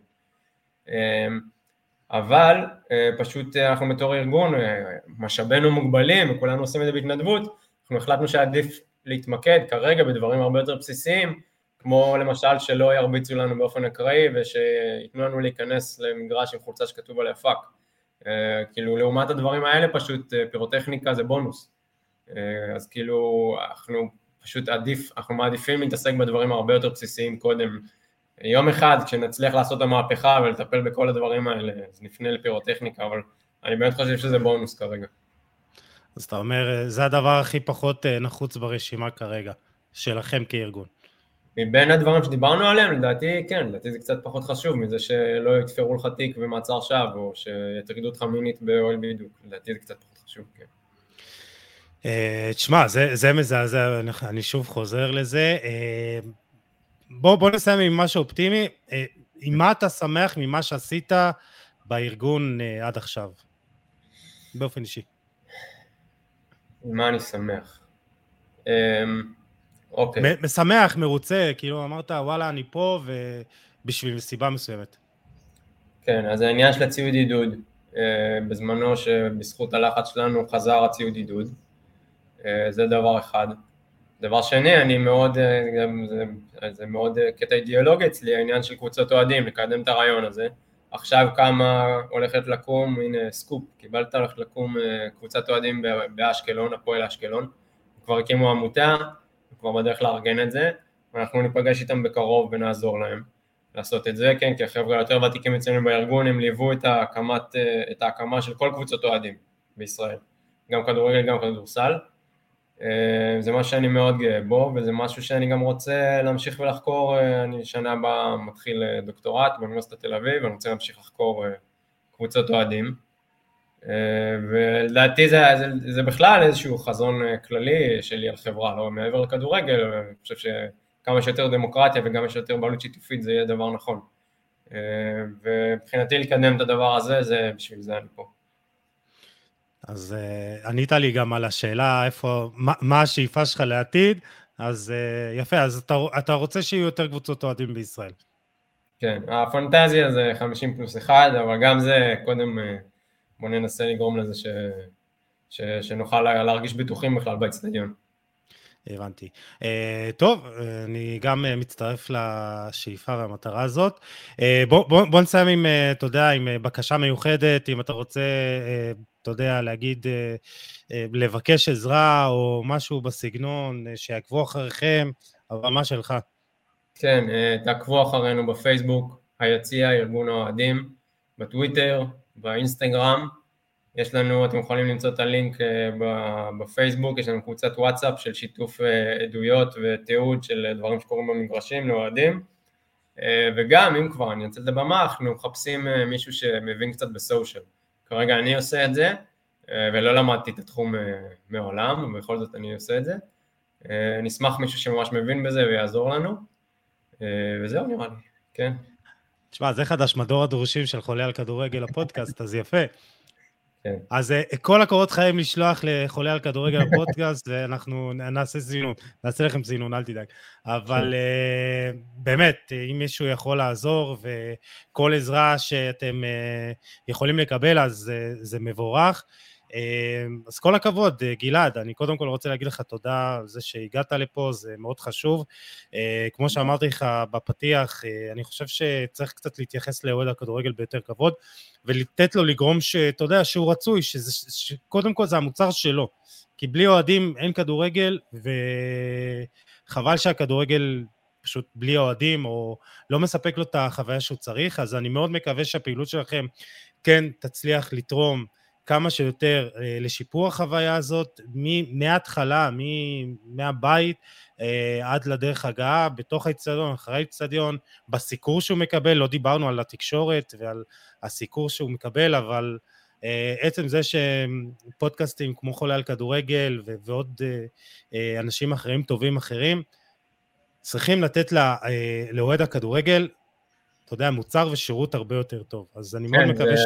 אבל פשוט אנחנו בתור ארגון, משאבינו מוגבלים, וכולנו עושים את זה בהתנדבות, אנחנו החלטנו שעדיף להתמקד כרגע בדברים הרבה יותר בסיסיים, כמו למשל שלא ירביצו לנו באופן אקראי, ושיתנו לנו להיכנס למגרש עם חולצה שכתוב עליה פאק. כאילו לעומת הדברים האלה פשוט פירוטכניקה זה בונוס, אז כאילו אנחנו מעדיפים להתעסק בדברים הרבה יותר בסיסיים קודם, יום אחד כשנצליח לעשות את המהפכה ולטפל בכל הדברים האלה אז נפנה לפירוטכניקה, אבל אני באמת חושב שזה בונוס כרגע. אז אתה אומר זה הדבר הכי פחות נחוץ ברשימה כרגע שלכם כארגון? מבין הדברים שדיברנו עליהם, לדעתי כן, לדעתי זה קצת פחות חשוב מזה שלא יתפרו לך תיק ומעצר שווא, או שיטרידו אותך מינית באוהל בידוק, לדעתי זה קצת פחות חשוב, כן. תשמע, זה מזעזע, אני שוב חוזר לזה. בוא נסיים עם משהו אופטימי, עם מה אתה שמח ממה שעשית בארגון עד עכשיו, באופן אישי? עם מה אני שמח? אוקיי. משמח, מרוצה, כאילו אמרת וואלה אני פה ובשביל סיבה מסוימת. כן, אז העניין של הציוד עידוד, בזמנו שבזכות הלחץ שלנו חזר הציוד עידוד, זה דבר אחד. דבר שני, אני מאוד, זה מאוד קטע אידיאולוגי אצלי, העניין של קבוצות אוהדים, לקדם את הרעיון הזה. עכשיו כמה הולכת לקום, הנה סקופ, קיבלת הולכת לקום קבוצת אוהדים באשקלון, הפועל אשקלון, כבר הקימו עמותה, כבר בדרך לארגן את זה, ואנחנו ניפגש איתם בקרוב ונעזור להם לעשות את זה, כן, כי החבר'ה יותר ותיקים אצלנו בארגון, הם ליוו את ההקמה של כל קבוצות אוהדים בישראל, גם כדורגל, גם כדורסל. זה משהו שאני מאוד גאה בו, וזה משהו שאני גם רוצה להמשיך ולחקור. אני שנה הבאה מתחיל דוקטורט באוניברסיטת תל אביב, ואני רוצה להמשיך לחקור קבוצות אוהדים. ולדעתי זה בכלל איזשהו חזון כללי שלי על חברה, לא מעבר לכדורגל. אני חושב שכמה שיותר דמוקרטיה וגם שיותר בעלות שיתופית זה יהיה דבר נכון. ובבחינתי לקדם את הדבר הזה, זה בשביל זה אני פה. אז ענית לי גם על השאלה מה השאיפה שלך לעתיד, אז יפה, אז אתה רוצה שיהיו יותר קבוצות אוהדים בישראל. כן, הפנטזיה זה 50+1, אבל גם זה קודם בוא ננסה לגרום לזה שנוכל להרגיש בטוחים בכלל באצטדיון. הבנתי. טוב, אני גם מצטרף לשאיפה והמטרה הזאת. בוא נסיים עם, אתה יודע, עם בקשה מיוחדת, אם אתה רוצה, אתה יודע, להגיד, לבקש עזרה או משהו בסגנון, שיעקבו אחריכם, הבמה שלך. כן, תעקבו אחרינו בפייסבוק, היציע, ארגון האוהדים, בטוויטר, באינסטגרם. יש לנו, אתם יכולים למצוא את הלינק בפייסבוק, יש לנו קבוצת וואטסאפ של שיתוף עדויות ותיעוד של דברים שקורים במגרשים לאוהדים, וגם אם כבר אני אנצל את הבמה, אנחנו מחפשים מישהו שמבין קצת בסושיאל. כרגע אני עושה את זה, ולא למדתי את התחום מעולם, ובכל זאת אני עושה את זה. נשמח מישהו שממש מבין בזה ויעזור לנו, וזהו נראה לי, כן. תשמע, זה חדש, מדור הדרושים של חולה על כדורגל הפודקאסט, אז יפה. כן. אז כל הקורות חיים לשלוח לחולה על כדורגל הפודקאסט, ואנחנו נעשה לכם זינון, אל תדאג. אבל באמת, אם מישהו יכול לעזור, וכל עזרה שאתם יכולים לקבל, אז זה מבורך. אז כל הכבוד, גלעד, אני קודם כל רוצה להגיד לך תודה על זה שהגעת לפה, זה מאוד חשוב. כמו שאמרתי לך בפתיח, אני חושב שצריך קצת להתייחס לאוהד הכדורגל ביותר כבוד, ולתת לו לגרום שאתה יודע שהוא רצוי, שקודם כל זה המוצר שלו, כי בלי אוהדים אין כדורגל, וחבל שהכדורגל פשוט בלי אוהדים, או לא מספק לו את החוויה שהוא צריך, אז אני מאוד מקווה שהפעילות שלכם כן תצליח לתרום כמה שיותר לשיפור החוויה הזאת, מההתחלה, מהבית, עד לדרך הגעה, בתוך האצטדיון, אחרי האצטדיון, בסיקור שהוא מקבל, לא דיברנו על התקשורת ועל הסיקור שהוא מקבל, אבל עצם זה שפודקאסטים כמו חולה על כדורגל ועוד אנשים אחרים טובים אחרים, צריכים לתת לאוהד הכדורגל, אתה יודע, מוצר ושירות הרבה יותר טוב. אז אני מאוד מקווה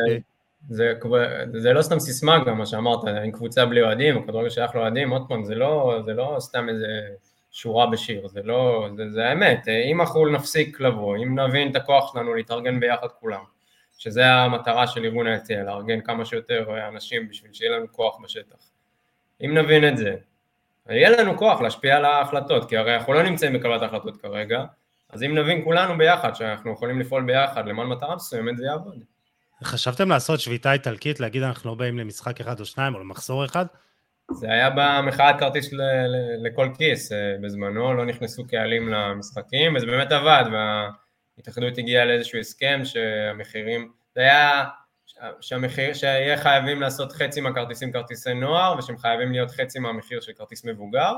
זה לא סתם סיסמה גם מה שאמרת, עם קבוצה בלי אוהדים, הכדורגל שייך לאוהדים, עוד פעם, זה לא סתם איזה שורה בשיר, זה האמת, אם אנחנו נפסיק לבוא, אם נבין את הכוח שלנו להתארגן ביחד כולם, שזה המטרה של ארגון היציע, לארגן כמה שיותר אנשים בשביל שיהיה לנו כוח בשטח. אם נבין את זה, יהיה לנו כוח להשפיע על ההחלטות, כי הרי אנחנו לא נמצאים בקבלת ההחלטות כרגע, אז אם נבין כולנו ביחד, שאנחנו יכולים לפעול ביחד למען מטרה מסוימת, זה יעבוד. חשבתם לעשות שביתה איטלקית, להגיד אנחנו לא באים למשחק אחד או שניים, או למחזור אחד? זה היה במחאת כרטיס לכל כיס, בזמנו לא נכנסו קהלים למשחקים, וזה באמת עבד, וההתאחדות הגיעה לאיזשהו הסכם שהמחירים, זה היה שיהיה חייבים לעשות חצי מהכרטיסים כרטיסי נוער, ושהם חייבים להיות חצי מהמחיר של כרטיס מבוגר,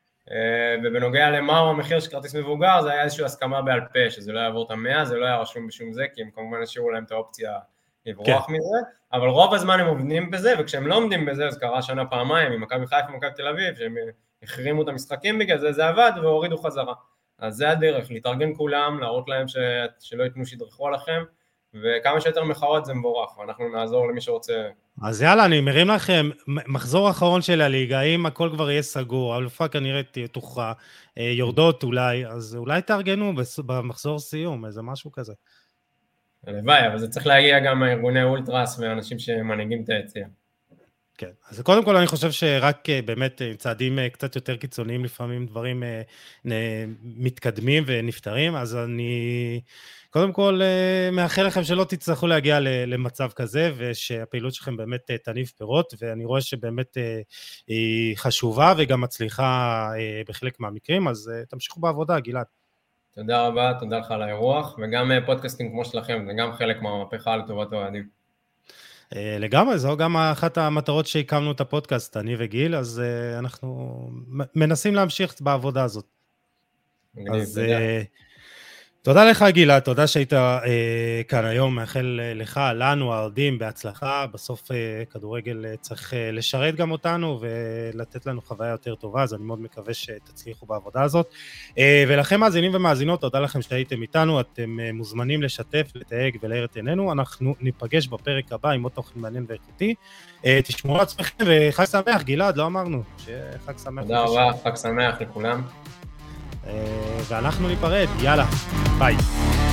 ובנוגע למהו המחיר של כרטיס מבוגר, זה היה איזושהי הסכמה בעל פה, שזה לא יעבור את 100, זה לא היה רשום בשום זה, כי הם כמובן השאירו להם את האופציה לברוח מזה, אבל רוב הזמן הם עובדים בזה, וכשהם לא עומדים בזה, זה קרה שנה פעמיים, עם מכבי חיפה ומכבי תל אביב, שהם החרימו את המשחקים בגלל זה, זה עבד והורידו חזרה. אז זה הדרך, להתארגן כולם, להראות להם שלא ייתנו שידרכו עליכם, וכמה שיותר מחאות זה מבורך, ואנחנו נעזור למי שרוצה. אז יאללה, אני מרים לכם, מחזור האחרון של הליגה, אם הכל כבר יהיה סגור, האלופה כנראה תוכרע, יורדות אולי, אז אולי תארגנו במחזור סיום, איזה משהו כזה. הלוואי, אבל זה צריך להגיע גם מארגוני אולטרס ואנשים שמנהיגים את היציע. כן, אז קודם כל אני חושב שרק באמת צעדים קצת יותר קיצוניים, לפעמים דברים מתקדמים ונפטרים, אז אני קודם כל מאחל לכם שלא תצטרכו להגיע למצב כזה, ושהפעילות שלכם באמת תניב פירות, ואני רואה שבאמת היא חשובה וגם מצליחה בחלק מהמקרים, אז תמשיכו בעבודה, גלעד. תודה רבה, תודה לך על האירוח, וגם פודקאסטים כמו שלכם, זה גם חלק מהמהפכה לטובת האוהדים. לגמרי, זו גם אחת המטרות שהקמנו את הפודקאסט, אני וגיל, אז אנחנו מנסים להמשיך בעבודה הזאת. אז תודה לך גילה, תודה שהיית כאן היום, מאחל לך, לנו, העובדים, בהצלחה, בסוף כדורגל צריך לשרת גם אותנו ולתת לנו חוויה יותר טובה, אז אני מאוד מקווה שתצליחו בעבודה הזאת, ולכם מאזינים ומאזינות, תודה לכם שהייתם איתנו, אתם מוזמנים לשתף, לתייג ולהאיר את עינינו, אנחנו ניפגש בפרק הבא עם עוד תוכן מעניין ואיכותי, תשמעו לעצמכם וחג שמח, גלעד, לא אמרנו, שחג שמח. תודה רבה, חג שמח לכולם. ואנחנו ניפרד, יאללה, ביי.